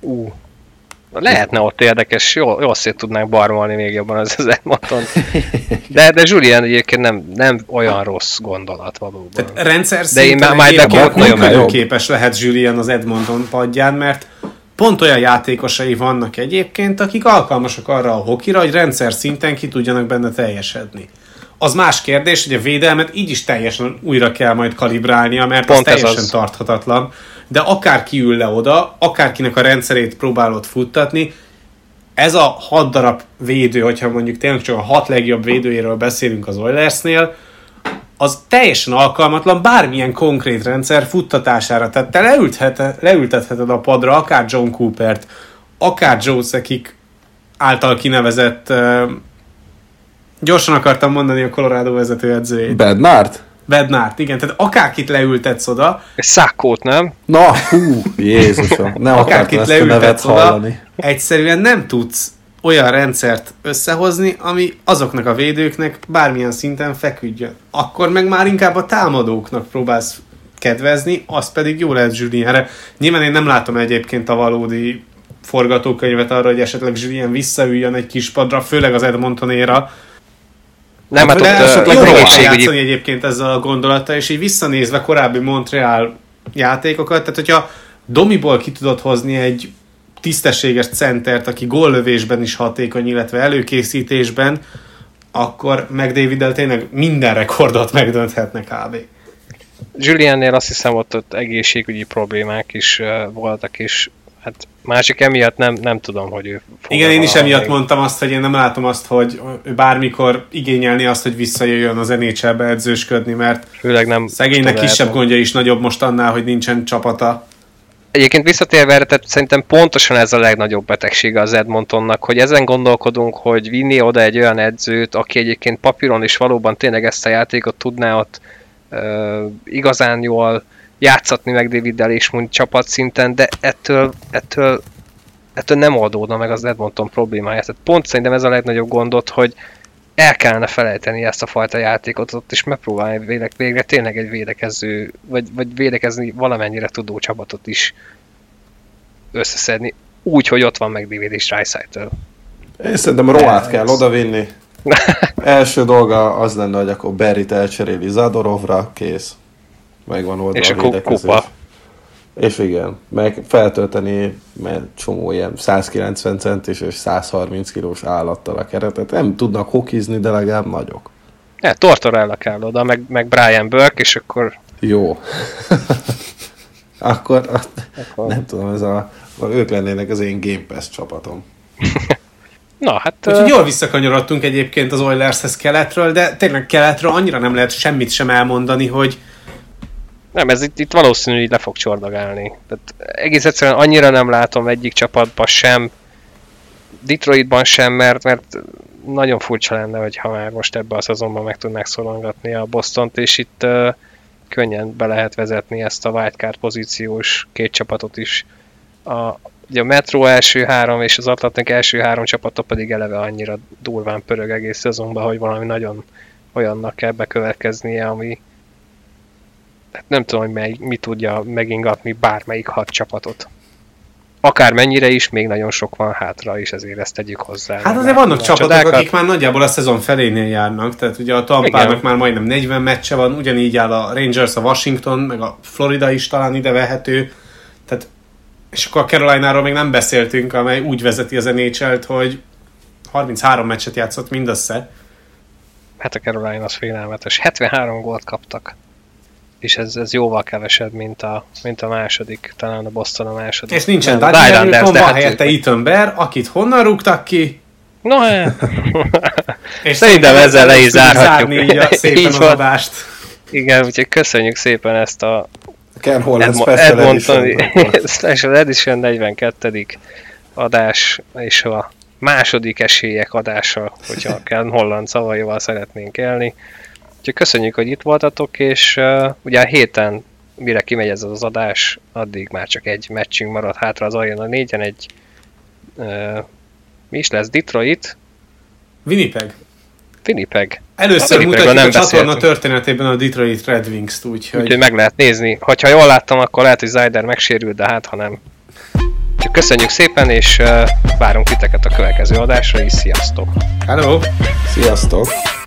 Lehetne ott érdekes, jól szét tudnánk barmolni még jobban az Edmonton. De Julien egyébként nem olyan rossz gondolat valóban. Tehát rendszer szinten egyébként működőképes lehet Julien az Edmonton padján, mert pont olyan játékosai vannak egyébként, akik alkalmasak arra a hokira, hogy rendszer szinten ki tudjanak benne teljesedni. Az más kérdés, hogy a védelmet így is teljesen újra kell majd kalibrálnia, mert pont az teljesen tarthatatlan. De akárki ül le oda, akárkinek a rendszerét próbálod futtatni, ez a 6 darab védő, hogyha mondjuk tényleg csak a 6 legjobb védőjéről beszélünk az Oilersnél, az teljesen alkalmatlan bármilyen konkrét rendszer futtatására. Tehát te leültetheted a padra akár John Coopert, akár Joe Sakic által kinevezett, gyorsan akartam mondani a Colorado vezetőedzőjét. Bednárt, igen. Tehát akárkit leültetsz oda. Szákót, nem? Na, Jézusom. Nem akárkit leültetsz oda, egyszerűen nem tudsz olyan rendszert összehozni, ami azoknak a védőknek bármilyen szinten feküdjön. Akkor meg már inkább a támadóknak próbálsz kedvezni, az pedig jó lehet Julienre. Nyilván én nem látom egyébként a valódi forgatókönyvet arra, hogy esetleg Julien visszaüljön egy kispadra, főleg az Edmontonéra. Nem, hát ott jó játszani egyébként ezzel a gondolattal, és így visszanézve korábbi Montreal játékokat, tehát hogyha Domiból ki tudod hozni egy tisztességes centert, aki góllövésben is hatékony, illetve előkészítésben, akkor McDaviddel tényleg minden rekordot megdönthetnek kb. Juliennél azt hiszem ott egészségügyi problémák is voltak, és hát Másik emiatt nem tudom, hogy ő fog. Igen, én is emiatt mondtam azt, hogy én nem látom azt, hogy ő bármikor igényelni azt, hogy visszajöjjön az NHL-be edzősködni, mert főleg nem szegénynek kisebb gondja is nagyobb most annál, hogy nincsen csapata. Egyébként visszatérve erre, tehát szerintem pontosan ez a legnagyobb betegsége az Edmontonnak, hogy ezen gondolkodunk, hogy vinni oda egy olyan edzőt, aki egyébként papíron is valóban tényleg ezt a játékot tudná ott igazán jól játszatni meg Daviddel és mondjuk csapatszinten, de ettől nem oldódna meg az Edmonton problémája. Tehát pont szerintem ez a legnagyobb gondot, hogy el kellene felejteni ezt a fajta játékot ott, és megpróbálni végre tényleg egy védekező, vagy védekezni valamennyire tudó csapatot is összeszedni, úgy, hogy ott van meg David és Draisaitl. Én szerintem Roát kell odavinni. Első dolga az lenne, hogy akkor Barryt elcseréli Zadorovra, kész. Megvan oldva és a védekezés. Kupa. És igen, meg feltölteni, mert csomó ilyen 190 centis és 130 kilós állattal a keretet. Nem tudnak hokizni, de legalább nagyok. Tortorella kell oda, meg Brian Burke, és akkor... Jó. akkor nem tudom, ők lennének az én Game Pass csapatom. Na, hát... Úgyhogy jól visszakanyarodtunk egyébként az Oilershez keletről, de tényleg keletről annyira nem lehet semmit sem elmondani, hogy nem, ez itt valószínűleg le fog csordogálni. Tehát egész egyszerűen annyira nem látom egyik csapatban sem, Detroitban sem, mert nagyon furcsa lenne, hogyha már most ebbe a szezonban meg tudnák szorongatni a Bostont, és itt könnyen be lehet vezetni ezt a wildcard pozíciós két csapatot is. Ugye a Metro első három és az Atlantic első három csapata pedig eleve annyira durván pörög egész szezonban, hogy valami nagyon olyannak kell bekövetkeznie, ami hát nem tudom, hogy mi tudja megingatni bármelyik 6 csapatot. Akármennyire is, még nagyon sok van hátra, és ezért ezt tegyük hozzá. Hát azért vannak csapatok, akik már nagyjából a szezon felénél járnak, tehát ugye a Tampának már majdnem 40 meccse van, ugyanígy áll a Rangers, a Washington, meg a Florida is talán ide vehető, tehát és akkor a Carolina-ról még nem beszéltünk, amely úgy vezeti az NHL-t, hogy 33 meccset játszott mindössze. Hát a Carolina az félelmetes. 73 gólt kaptak. És ez jóval kevesebb, mint a második, talán a Boston a második. És nincsen Dougie Hamilton, van helyette Ethan Bear, akit honnan rúgtak ki? No, és szerintem ezzel le is zárhatjuk. Így szépen az adást. Igen, úgyhogy köszönjük szépen ezt a Ken Holland Special Edition 42. adás, és a második esélyek adása, hogyha Ken Holland szavaival szeretnénk élni. Úgyhogy köszönjük, hogy itt voltatok, és ugye a héten, mire kimegy ez az adás, addig már csak egy meccsünk maradt hátra az Arena 4-en, egy mi is lesz? Detroit? Winnipeg. Először mutatjuk a csatorna történetében a Detroit Red Wings-t, úgyhogy meg lehet nézni. Ha jól láttam, akkor lehet, hogy Zeider megsérült, de hát ha nem. Úgyhogy köszönjük szépen, és várunk titeket a következő adásra is. Sziasztok! Hello! Sziasztok!